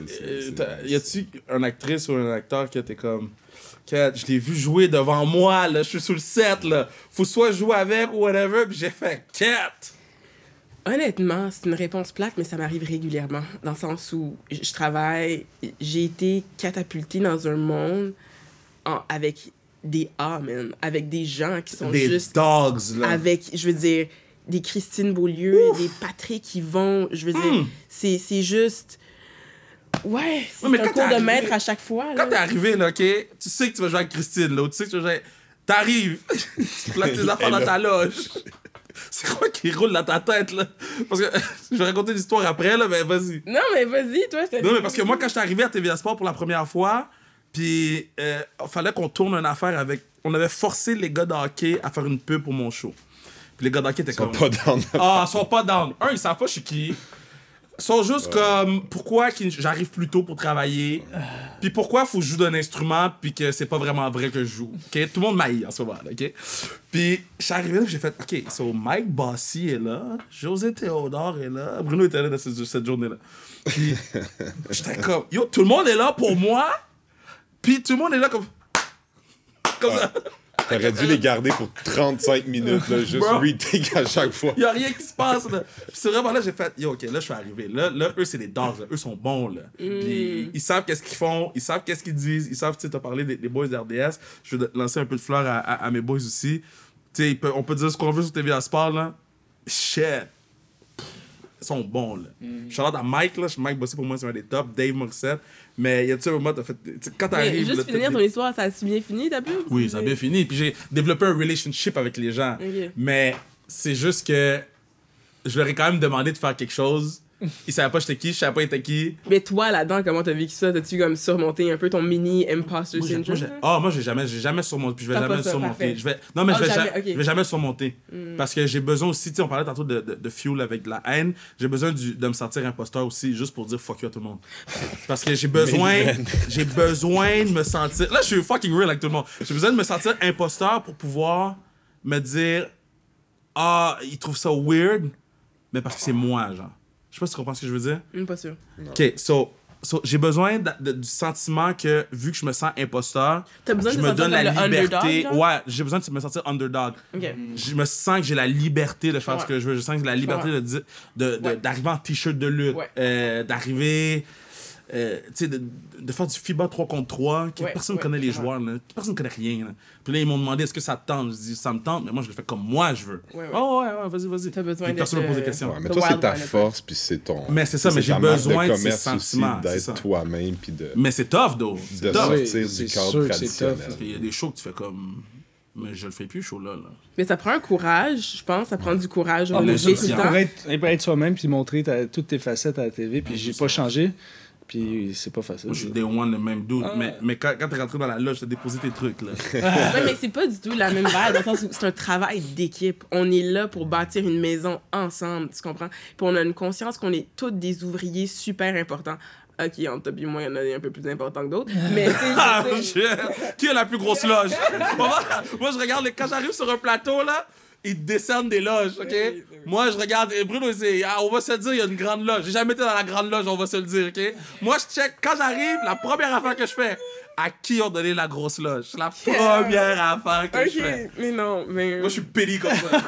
Speaker 2: y a-tu une actrice ou un acteur qui était comme... Je l'ai vu jouer devant moi, là, je suis sur le set, là. Faut soit jouer avec ou whatever, puis j'ai fait « Cat! »
Speaker 3: Honnêtement, c'est une réponse plate, mais ça m'arrive régulièrement. Dans le sens où je travaille, j'ai été catapultée dans un monde avec des man. Avec des gens qui sont juste...
Speaker 2: Des dogs, là.
Speaker 3: Avec, je veux dire, des Christine Beaulieu, des Patrick Yvon. Je veux dire, c'est juste... Ouais, c'est un cours de maître à chaque fois.
Speaker 2: Quand t'es arrivé, là, OK, tu sais que tu vas jouer avec Christine, là, ou tu sais que tu vas jouer... T'arrives, tu places tes affaires dans ta loge. C'est quoi qui roule dans ta tête, là? Parce que je vais raconter l'histoire après, là, mais vas-y.
Speaker 3: Non, mais vas-y, toi, je t'ai dit.
Speaker 2: Non, mais parce que moi, quand je suis arrivé à TVA Sport pour la première fois, puis il fallait qu'on tourne une affaire avec... On avait forcé les gars de hockey à faire une pub pour mon show. Puis les gars de hockey étaient comme...
Speaker 1: Ils sont pas down.
Speaker 2: Ils sont pas down. Ils savent pas je suis qui. Ils sont juste comme... Pourquoi j'arrive plus tôt pour travailler? Puis pourquoi faut que je joue d'un instrument puis que c'est pas vraiment vrai que je joue? OK? Tout le monde m'haït en ce moment, là, OK? Puis je suis arrivé là j'ai fait... OK, so Mike Bossy est là, José Théodore est là, Bruno était là dans cette journée-là. Puis j'étais comme... Yo, tout le monde est là pour moi, puis tout le monde est là comme ça.
Speaker 1: T'aurais dû les garder pour 35 minutes, là, juste retake à chaque fois.
Speaker 2: Y'a rien qui se passe, là. Puis c'est vraiment là, j'ai fait, yo, OK, là, je suis arrivé. Là, eux, c'est des dogs, là. Eux sont bons, là. Puis ils savent qu'est-ce qu'ils font, ils savent qu'est-ce qu'ils disent, ils savent, tu sais, t'as parlé des boys d'RDS. Je vais lancer un peu de fleurs à mes boys aussi. Tu sais, on peut dire ce qu'on veut sur TVA Sport, là. Shit. Ils sont bons, là. Shout-out à Mike, là. Mike Bossy, pour moi, c'est un des tops. Dave Morissette. Mais y a-tu un moment, t'as fait... Quand t'arrives...
Speaker 3: Juste
Speaker 2: là,
Speaker 3: finir ton histoire, ça a-tu bien fini, ta pub?
Speaker 2: Oui, ça a bien fini. Puis j'ai développé un relationship avec les gens.
Speaker 3: Okay.
Speaker 2: Mais c'est juste que je leur ai quand même demandé de faire quelque chose Il savait pas j'étais qui, je savais pas il était qui.
Speaker 3: Mais toi, là-dedans, comment t'as vécu ça? T'as-tu comme surmonté un peu ton mini imposter syndrome?
Speaker 2: Moi, j'ai jamais surmonté. Puis je vais
Speaker 3: T'as
Speaker 2: jamais
Speaker 3: pas ça,
Speaker 2: surmonter.
Speaker 3: parfait.
Speaker 2: Je vais jamais surmonter. Parce que j'ai besoin aussi, tu sais, on parlait tantôt de fuel avec de la haine. J'ai besoin de me sentir imposteur aussi, juste pour dire fuck you à tout le monde. Parce que j'ai besoin de me sentir. Là, je suis fucking real avec tout le monde. J'ai besoin de me sentir imposteur pour pouvoir me dire, ils trouvent ça weird, mais parce que c'est moi, genre. Je sais pas si tu comprends ce que je veux dire.
Speaker 3: Pas sûr.
Speaker 2: Ok, so j'ai besoin du sentiment que, vu que je me sens imposteur,
Speaker 3: t'as besoin
Speaker 2: je
Speaker 3: de
Speaker 2: me donne la
Speaker 3: le
Speaker 2: liberté.
Speaker 3: underdog,
Speaker 2: Ouais, j'ai besoin de me sentir underdog.
Speaker 3: Okay.
Speaker 2: Je me sens que j'ai la liberté de faire ce que je veux. Je sens que j'ai la liberté d'arriver en t-shirt de lutte, d'arriver. Tu sais, de faire du FIBA 3 contre 3, personne ne connaît les joueurs, là. Personne ne connaît rien. Là. Puis là, ils m'ont demandé est-ce que ça te tente. Je dis ça me tente, mais moi, je le fais comme moi je veux. Oh, ouais, vas-y.
Speaker 3: T'as besoin
Speaker 2: puis personne ne me pose des questions.
Speaker 1: Ouais, mais toi, c'est ta force, puis c'est ton.
Speaker 2: Mais c'est ça, mais j'ai besoin de ces sentiments.
Speaker 1: D'être toi-même, puis de.
Speaker 2: Mais c'est tough, though.
Speaker 1: De sortir du cadre traditionnel.
Speaker 2: Il y a des shows que tu fais comme. Mais je le fais plus, show là.
Speaker 3: Mais ça prend un courage, je pense. Ça prend du courage.
Speaker 2: Bien sûr,
Speaker 4: pour être soi-même, puis montrer toutes tes facettes à la TV, puis j'ai pas changé. Puis c'est pas facile.
Speaker 2: Moi, je suis day one, le même dude. Mais quand t'es rentré dans la loge, t'as déposé tes trucs, là.
Speaker 3: Ouais, mais c'est pas du tout la même vibe, dans le sens où c'est un travail d'équipe. On est là pour bâtir une maison ensemble, tu comprends? Puis on a une conscience qu'on est tous des ouvriers super importants. Ok, entre toi et moi, il y en a un peu plus importants que d'autres. Mais tu sais.
Speaker 2: Qui a la plus grosse loge? Moi, je regarde, quand j'arrive sur un plateau, là, ils décernent des loges, ok? Oui. Moi, je regarde, et Bruno, il dit, on va se le dire, il y a une grande loge. J'ai jamais été dans la grande loge, on va se le dire, ok? Moi, je check, quand j'arrive, la première affaire que je fais, à qui ont donné la grosse loge? C'est la première affaire que je fais.
Speaker 3: Mais non, mais.
Speaker 2: Moi, je suis pity comme ça.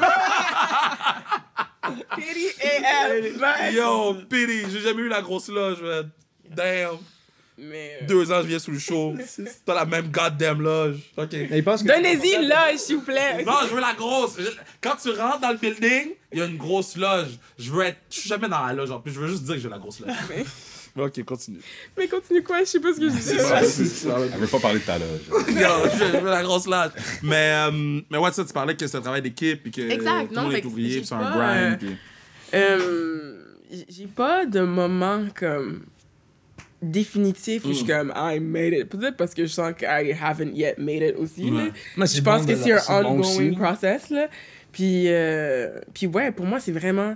Speaker 3: Pity AF,
Speaker 2: Yo, pity, j'ai jamais eu la grosse loge, man. Damn.
Speaker 3: Mais
Speaker 2: 2 ans, je viens sous le show. T'as la même goddamn loge. OK.
Speaker 3: Donnez-y une loge, s'il vous plaît.
Speaker 2: Non, je veux la grosse. Quand tu rentres dans le building, il y a une grosse loge. Je suis jamais dans la loge. En plus, je veux juste dire que j'ai la grosse loge. Mais OK, continue.
Speaker 3: Mais continue quoi? Je sais pas ce que je dis.
Speaker 1: Elle veut pas parler de ta loge.
Speaker 2: Non, je veux la grosse loge. Mais ouais, ça, tu parlais que c'est un travail d'équipe puis que
Speaker 3: exact,
Speaker 2: tout le monde est ouvrier, puis c'est un grind.
Speaker 3: J'ai pas de moment comme définitif où je suis comme I made it, peut-être parce que je sens que I haven't yet made it aussi là. Je pense que c'est un ongoing process là. Puis ouais, pour moi c'est vraiment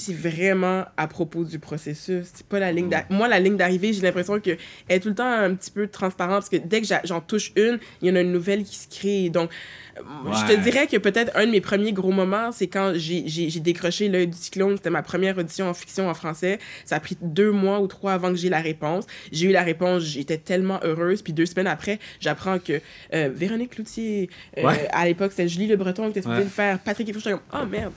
Speaker 3: à propos du processus. C'est pas la ligne d'arrivée. Moi, la ligne d'arrivée, j'ai l'impression qu'elle est tout le temps un petit peu transparente parce que dès que j'en touche une, il y en a une nouvelle qui se crée. Donc, je te dirais que peut-être un de mes premiers gros moments, c'est quand j'ai décroché l'œil du cyclone. C'était ma première audition en fiction en français. Ça a pris 2 mois ou 3 avant que j'ai la réponse. J'ai eu la réponse, j'étais tellement heureuse. Puis 2 semaines après, j'apprends que Véronique Cloutier, à l'époque, c'était Julie Le Breton qui était supposée le faire. Patrick et j'étais comme, oh merde,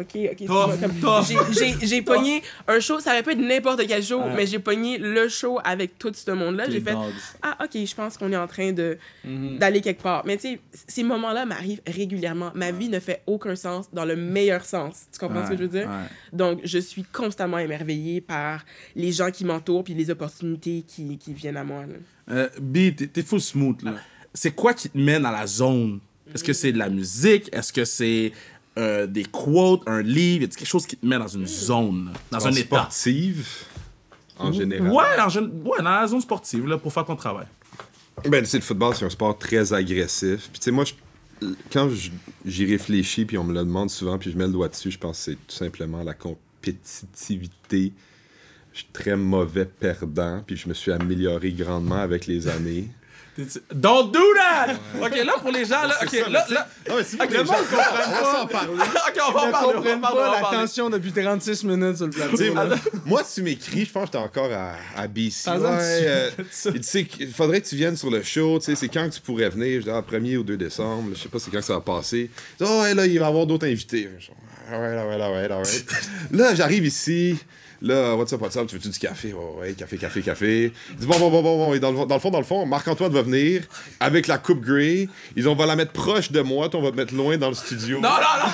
Speaker 3: ok. J'ai pogné un show, ça aurait pu être n'importe quel show, mais j'ai pogné le show avec tout ce monde-là. J'ai fait, ok, je pense qu'on est en train d'aller quelque part. Mais tu sais, ces moments-là m'arrivent régulièrement. Ma vie ne fait aucun sens dans le meilleur sens. Tu comprends ce que je veux dire? Donc, je suis constamment émerveillée par les gens qui m'entourent puis les opportunités qui viennent à moi.
Speaker 2: B, t'es full smooth, là. C'est quoi qui te mène à la zone? Est-ce que c'est de la musique? Est-ce que c'est des quotes, un livre? Est-ce quelque chose qui te met dans une zone, dans un état?
Speaker 1: Sportive, en général.
Speaker 2: Ouais, dans la zone sportive, là, pour faire ton travail.
Speaker 1: Ben, tu sais, le football, c'est un sport très agressif. Puis, tu sais, moi, quand j'y réfléchis, puis on me le demande souvent, puis je mets le doigt dessus, je pense que c'est tout simplement la compétitivité. Je suis très mauvais perdant, puis je me suis amélioré grandement avec les années.
Speaker 2: Don't do that! OK, là, pour les gens, là... OK, là...
Speaker 1: Non, mais si vous le monde comprenne pas, en parler.
Speaker 2: OK, on va en parler.
Speaker 4: Ils comprennent pas la tension depuis 36 minutes sur le plateau.
Speaker 1: Moi, tu m'écris, je pense que j'étais encore à BC. Tu sais, il faudrait que tu viennes sur le show. Tu sais, c'est quand que tu pourrais venir? Je dis, 1er ou 2 décembre. Je sais pas c'est quand que ça va passer. Oh, ouais, là, il va y avoir d'autres invités. Alright. Là, j'arrive ici. Là, what's up, tu veux-tu du café? Ouais, café. Il dit, bon. Et dans le fond, Marc-Antoine va venir avec la coupe Grey. On va la mettre proche de moi, on va te mettre loin dans le studio.
Speaker 2: Non!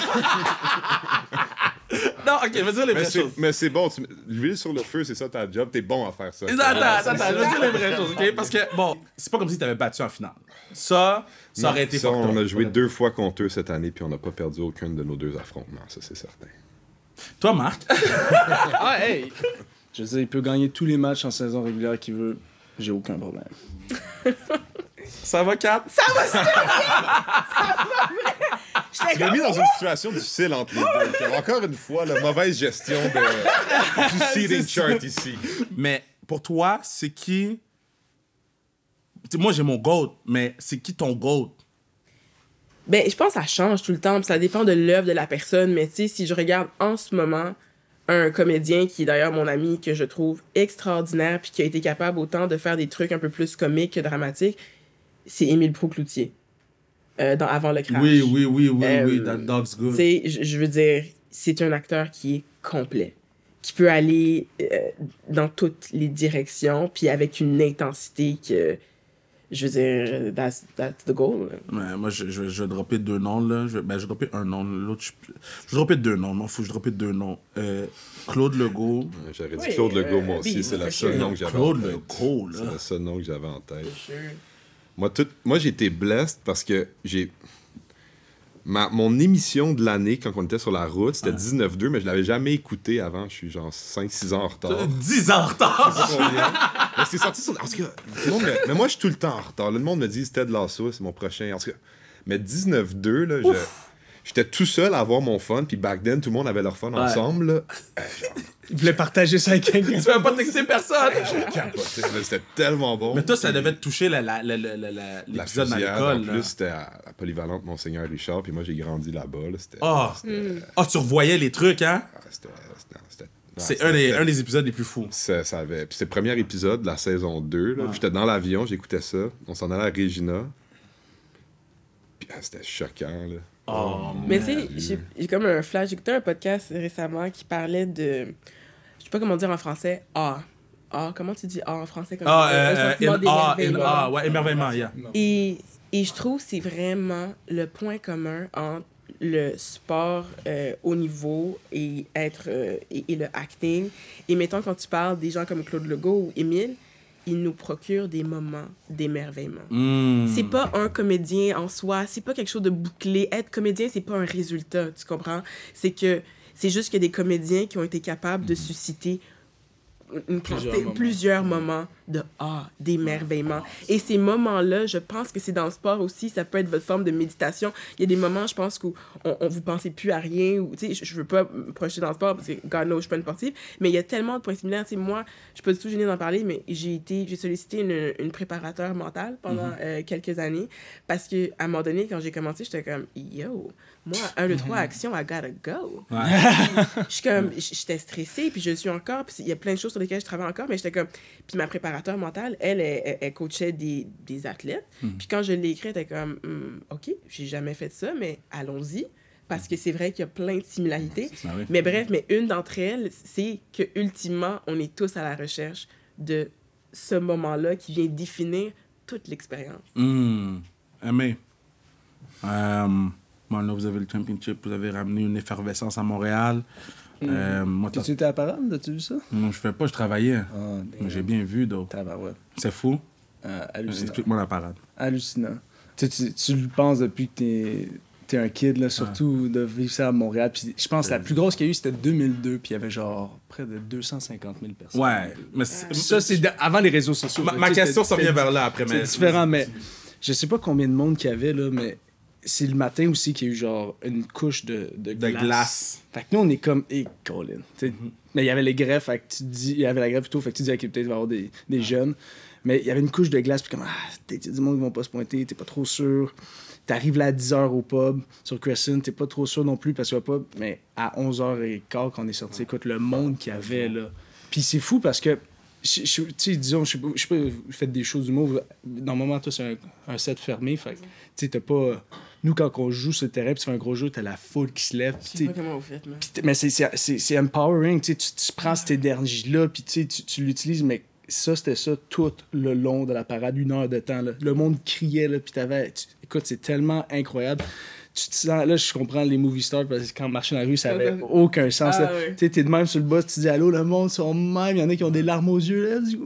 Speaker 2: Non, OK, je veux dire les vraies choses.
Speaker 1: Mais c'est bon, l'huile sur le feu, c'est ça ta job, t'es bon à faire ça.
Speaker 2: Attends, je veux dire les vraies choses, OK? Parce que, bon, c'est pas comme si t'avais battu en finale. Ça aurait été fort.
Speaker 1: On a joué 2 fois contre eux cette année, puis on n'a pas perdu aucun de nos 2 affrontements, ça c'est certain.
Speaker 2: Toi, Marc?
Speaker 4: Ah, hey! Je veux dire, il peut gagner tous les matchs en saison régulière qu'il veut. J'ai aucun problème.
Speaker 2: Ça va, Kat?
Speaker 3: Ça va super bien! Ça va vrai!
Speaker 1: Tu m'as mis dans une situation difficile entre les deux. Encore une fois, la mauvaise gestion du seeding chart ici.
Speaker 2: Mais pour toi, c'est qui... T'sais, moi, j'ai mon GOAT, mais c'est qui ton GOAT?
Speaker 3: Ben, je pense que ça change tout le temps, puis ça dépend de l'œuvre de la personne. Mais tu sais, si je regarde en ce moment un comédien qui est d'ailleurs mon ami, que je trouve extraordinaire, puis qui a été capable autant de faire des trucs un peu plus comiques que dramatiques, c'est Émile Proulx-Cloutier. Dans Avant le crash.
Speaker 2: Oui, That Dog's Good.
Speaker 3: Tu sais, je veux dire, c'est un acteur qui est complet, qui peut aller dans toutes les directions, puis avec une intensité que... Je veux dire, that's the goal.
Speaker 2: Ouais, moi, je vais dropper 2 noms, là. Je vais dropper un nom. L'autre, je vais dropper 2 noms. Non, faut que je droppe 2 noms. Claude Legault.
Speaker 1: J'aurais dit Claude Legault, moi aussi. C'est le seul nom que j'avais en tête.
Speaker 2: Claude Legault, là.
Speaker 1: C'est le seul nom que j'avais en tête. Moi, j'ai été blessed parce que j'ai... Mon émission de l'année, quand on était sur la route, c'était 19-2, mais je l'avais jamais écouté avant. Je suis genre 5-6 ans en retard.
Speaker 2: 10 ans en retard!
Speaker 1: Mais c'est sorti sur... Parce que, mais moi, je suis tout le temps en retard. Là, le monde me dit Ted Lasso, c'est mon prochain. En tout cas, mais 19-2, là, j'étais tout seul à avoir mon fun. Puis back then, tout le monde avait leur fun ensemble. Là.
Speaker 4: Il voulait partager ça avec quelqu'un.
Speaker 2: Tu peux pas texter personne!
Speaker 1: C'était tellement bon.
Speaker 2: Mais toi, ça devait te toucher l'épisode dans l'école.
Speaker 1: En plus, c'était à Polyvalente Monseigneur Richard. Puis moi, j'ai grandi là-bas.
Speaker 2: Là, tu revoyais les trucs, hein? C'est un des épisodes les plus fous.
Speaker 1: Puis c'était le premier épisode de la saison 2. Là. J'étais dans l'avion, j'écoutais ça. On s'en allait à Regina. Puis c'était choquant, là.
Speaker 3: Mais tu sais, j'ai comme un flash. J'ai écouté un podcast récemment qui parlait de... Je sais pas comment dire en français. Comment tu dis en français? Comme
Speaker 2: émerveillement, yeah.
Speaker 3: Et je trouve que c'est vraiment le point commun entre le sport haut niveau et le acting. Et mettons, quand tu parles des gens comme Claude Legault ou Émile, ils nous procurent des moments d'émerveillement. C'est pas un comédien en soi, c'est pas quelque chose de bouclé. Être comédien, c'est pas un résultat, tu comprends? C'est juste qu'il y a des comédiens qui ont été capables de susciter plusieurs moments d'émerveillement. Et ces moments-là, je pense que c'est dans le sport aussi, ça peut être votre forme de méditation. Il y a des moments, je pense, où on vous pensez plus à rien, ou, tu sais, je veux pas me projeter dans le sport, parce que, God knows, je suis pas une sportive, mais il y a tellement de points similaires. Tu sais, moi, je suis pas du tout gênée d'en parler, mais j'ai sollicité une préparateur mentale pendant quelques années, parce que à un moment donné, quand j'ai commencé, j'étais comme, yo, moi, 1, 2, 3, action, I gotta go. J'étais stressée, puis je le suis encore, puis il y a plein de choses sur lesquelles je travaille encore, mais j'étais comme... Puis ma préparateur mentale, elle coachait des athlètes. Puis quand je l'ai écrit, elle était comme, OK, j'ai jamais fait ça, mais allons-y. Parce que c'est vrai qu'il y a plein de similarités. Mais bref, une d'entre elles, c'est que ultimement, on est tous à la recherche de ce moment-là qui vient définir toute l'expérience.
Speaker 2: Aimé. Bon, là, vous avez le championship, vous avez ramené une effervescence à Montréal.
Speaker 4: Tu étais à Parade? As-tu vu ça?
Speaker 2: Non, je fais pas, je travaillais. J'ai bien vu, donc. C'est fou.
Speaker 4: Hallucinant.
Speaker 2: Explique-moi la Parade.
Speaker 4: Hallucinant. Tu le penses depuis que t'es un kid, là, surtout de vivre ça à Montréal. Puis je pense que la plus grosse qu'il y a eu, c'était 2002, puis il y avait genre près de 250 000 personnes.
Speaker 2: Ouais. Mais
Speaker 4: ça, c'est avant les réseaux sociaux.
Speaker 2: Ma question s'en vient vers là après.
Speaker 4: C'est différent, mais je sais pas combien de monde qu'il y avait, là, mais c'est le matin aussi qu'il y a eu genre une couche de glace. Fait que nous, on est comme, Colin. Mais il y avait les greffes, fait que il y avait la greffe plutôt, fait que tu dis, OK, peut-être il va y avoir des jeunes. Mais il y avait une couche de glace, puis comme, peut-être il y a du monde qui vont pas se pointer, t'es pas trop sûr. T'arrives là à 10h au pub, sur Crescent, t'es pas trop sûr non plus, parce qu'il y a pas. Mais à 11h15, quand on est sorti, écoute, le monde qu'il y avait là. Puis c'est fou parce que, tu sais, disons, je sais pas, vous faites des choses d'humour, normalement, toi, c'est un set fermé, fait tu sais, t'as pas. Nous, quand on joue sur le terrain, puis tu fais un gros jeu, t'as la foule qui se lève.
Speaker 3: Je sais pas comment vous faites,
Speaker 4: mais c'est empowering, tu prends cette énergie-là, puis tu l'utilises, mais ça, c'était ça tout le long de la parade, 1 heure de temps. Là. Le monde criait, là, puis écoute, c'est tellement incroyable. Tu te sens, là, je comprends les movie stars, parce que quand on marchait dans la rue, ça avait aucun sens. Tu sais, t'es de même sur le boss, tu dis allô, le monde sont même, il y en a qui ont des larmes aux yeux, là, du coup,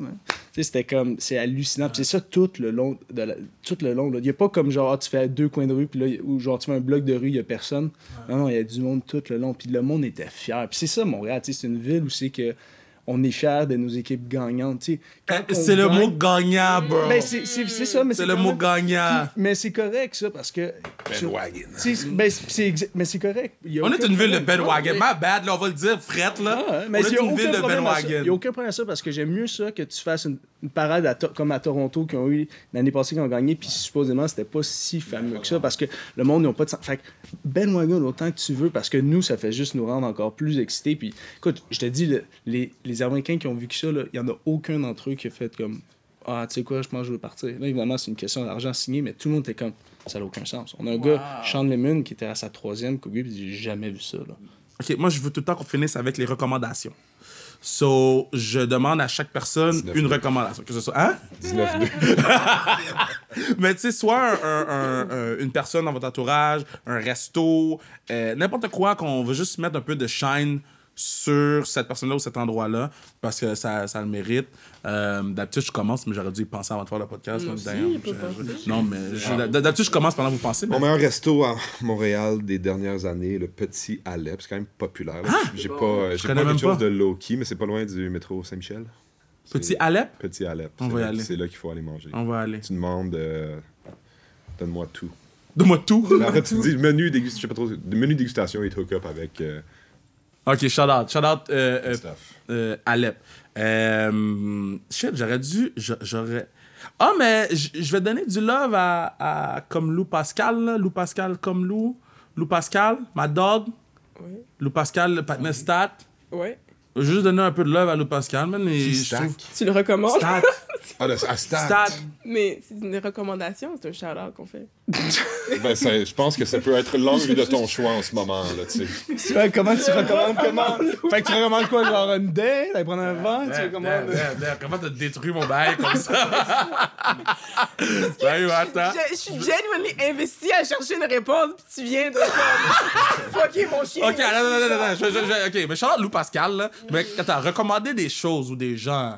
Speaker 4: sais, c'était comme, c'est hallucinant. Puis c'est ça tout le long. Il n'y a pas comme genre, tu fais 2 coins de rue, puis là, ou genre, tu fais un bloc de rue, il n'y a personne. Non, il y a du monde tout le long. Puis le monde était fier. Puis c'est ça, Montréal, tu sais, c'est une ville où c'est que on est fiers de nos équipes gagnantes.
Speaker 2: C'est le mot gagnant, bro.
Speaker 4: Ben, c'est ça, mais
Speaker 2: c'est le mot gagnant.
Speaker 4: Mais c'est correct, ça, parce que...
Speaker 1: Bandwagon.
Speaker 4: Mais c'est correct.
Speaker 2: On est une ville de bandwagon. My bad, là, on va le dire, frette, là. On est une ville de bandwagon.
Speaker 4: Il n'y a aucun problème à ça, parce que j'aime mieux ça que tu fasses une parade comme à Toronto, qui ont eu l'année passée, qui ont gagné, puis supposément, c'était pas si fameux que ça, parce que le monde n'a pas de... Fait que bandwagon autant que tu veux, parce que nous, ça fait juste nous rendre encore plus excités. Puis, écoute, je te dis, les Américains qui ont vu que ça, il n'y en a aucun d'entre eux qui a fait comme ah, tu sais quoi, je pense que je veux partir. Là, évidemment, c'est une question d'argent signé, mais tout le monde était comme ça n'a aucun sens. On a un gars, Sean Lemon, qui était à sa 3e Kobe, puis j'ai jamais vu ça. Là.
Speaker 2: Ok, moi, je veux tout le temps qu'on finisse avec les recommandations. So, je demande à chaque personne une recommandation. Que ce soit. Hein?
Speaker 1: 19-2.
Speaker 2: Mais tu sais, soit une personne dans votre entourage, un resto, n'importe quoi qu'on veut juste mettre un peu de shine sur cette personne-là ou cet endroit-là, parce que ça le mérite. D'habitude, je commence, mais j'aurais dû y penser avant de faire le podcast. Non, mais d'habitude, je commence pendant que vous pensez. Mais...
Speaker 1: Mon meilleur resto à Montréal des dernières années, le Petit Alep, c'est quand même populaire. Là. J'ai pas quelque chose de low-key, mais c'est pas loin du métro Saint-Michel.
Speaker 2: Petit Alep?
Speaker 1: Petit Alep.
Speaker 2: On va y aller.
Speaker 1: C'est là qu'il faut aller manger.
Speaker 2: On va aller.
Speaker 1: Tu demandes, donne-moi tout.
Speaker 2: Donne-moi tout?
Speaker 1: En fait, tu dis menu dégustation et hook-up avec...
Speaker 2: Ok, shout-out Alep. Shit, j'aurais... Ah, mais je vais donner du love à comme Lou Pascal, là. Lou Pascal comme Lou. Lou Pascal, ma dog.
Speaker 3: Oui.
Speaker 2: Lou Pascal, le patinet Stat.
Speaker 3: Ouais.
Speaker 2: Je vais juste donner un peu de love à Lou Pascal, man.
Speaker 3: Tu le recommandes?
Speaker 2: Stat.
Speaker 1: à Stat.
Speaker 3: Mais c'est une recommandation, c'est un shout-out qu'on fait.
Speaker 1: Ben, je pense que ça peut être l'angle de ton choix en ce moment, là, tu sais.
Speaker 4: Comment tu recommandes? Fait que tu recommandes quoi? Genre une date? Aller prendre un vent? Tu recommandes...
Speaker 2: Comment t'as détruit mon bail comme ça? Attends.
Speaker 3: Je suis genuinely investi à chercher une réponse, puis tu viens de fucker mon chien.
Speaker 2: Ok, attends. Ok, mais shout-out Lou Pascal, là. Mais quand t'as recommandé des choses ou des gens...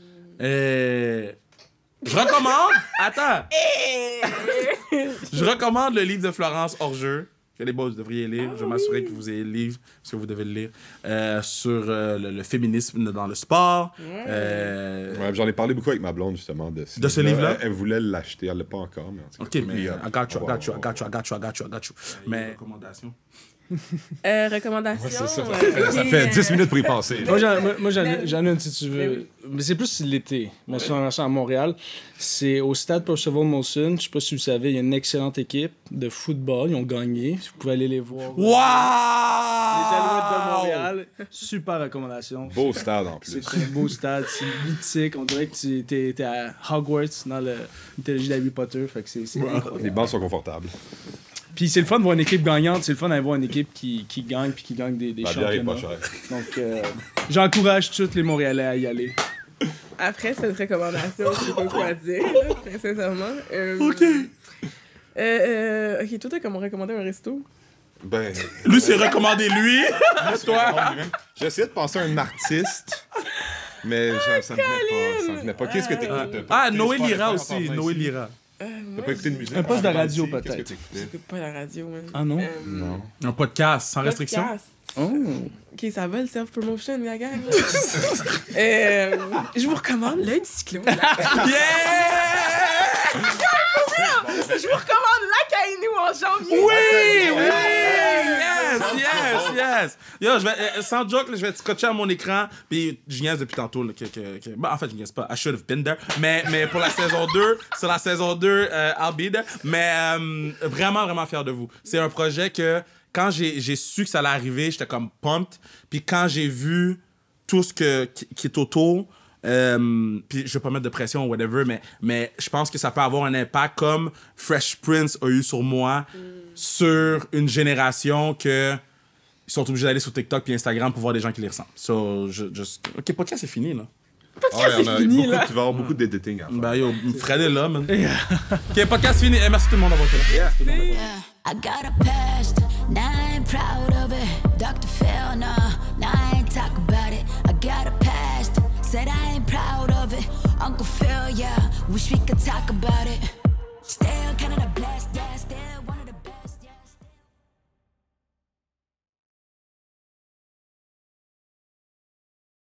Speaker 2: Je recommande... Attends. Je recommande le livre de Florence Orgeux, que les boys, vous devriez lire. Je vais m'assurer que vous ayez le livre, parce que vous devez le lire, sur le féminisme dans le sport.
Speaker 1: Ouais, j'en ai parlé beaucoup avec ma blonde, justement, de
Speaker 2: ce livre-là.
Speaker 1: Elle voulait l'acheter, elle l'a pas encore. Mais en tout cas,
Speaker 2: OK, mais I got you. Mais recommandation.
Speaker 3: Recommandation.
Speaker 1: Ouais, ça fait 10 minutes pour y penser.
Speaker 4: Moi, j'en ai une si tu veux. Mais c'est plus l'été. Mais c'est à Montréal. C'est au stade Percival Molson. Je sais pas si vous savez, il y a une excellente équipe de football. Ils ont gagné. Vous pouvez aller les voir.
Speaker 2: Wow!
Speaker 4: Les Alouettes de Montréal. Super recommandation.
Speaker 1: Beau stade en plus.
Speaker 4: C'est un beau stade. C'est mythique. On dirait que tu étais à Hogwarts dans la mythologie d'Harry Potter. Fait que c'est
Speaker 1: Les bancs sont confortables.
Speaker 4: Puis c'est le fun de voir une équipe gagnante, c'est le fun d'avoir une équipe qui gagne puis qui gagne des championnats.
Speaker 1: La bière est pas chère.
Speaker 4: Donc j'encourage tous les Montréalais à y aller.
Speaker 3: Après cette recommandation, je sais pas quoi dire, là, très sincèrement.
Speaker 2: OK.
Speaker 3: OK, toi, t'as comment recommandé un resto?
Speaker 1: Ben...
Speaker 2: Lui, c'est recommandé lui. Toi.
Speaker 1: J'ai essayé de penser à un artiste, mais ça me venait pas. Qu'est-ce que t'écoutes?
Speaker 2: Ah, Noé Lira aussi. Noé Lira.
Speaker 1: T'as pas écouté de musique?
Speaker 4: Un poste de radio, peut-être.
Speaker 3: J'écoute pas la radio, man.
Speaker 4: Ah non?
Speaker 1: Non.
Speaker 2: Un podcast sans restriction.
Speaker 4: Oh.
Speaker 3: OK, ça va le self-promotion, la gang. Je vous recommande l'œil du cyclone.
Speaker 2: Yeah!
Speaker 3: Je vous recommande la Kainu en janvier.
Speaker 2: Oui! Yes! Yo, je vais, sans joke, là, je vais te scotcher à mon écran. Puis je niaise depuis tantôt. Là, bon, en fait, je niaise pas. I should have been there. Mais pour la saison 2, sur la saison 2, I'll be there. Mais vraiment, vraiment fier de vous. C'est un projet que, quand j'ai su que ça allait arriver, j'étais comme pumped. Puis quand j'ai vu tout ce qui est autour... puis je vais pas mettre de pression ou whatever, mais je pense que ça peut avoir un impact comme Fresh Prince a eu sur moi, sur une génération que ils sont obligés d'aller sur TikTok et Instagram pour voir des gens qui les ressemblent. So, OK, podcast, c'est fini, là.
Speaker 3: Podcast, c'est fini, là.
Speaker 1: Tu vas avoir beaucoup d'editing à faire.
Speaker 2: Ben yo, Fred est là, man. OK, podcast fini. Merci tout le monde d'avoir été là.
Speaker 5: I got a past, now I ain't proud of it. Dr. Phil, nah, now I ain't talk about it. I got a past, said I ain't proud. proud of it. Uncle Phil, yeah, wish we could talk about it. Still Canada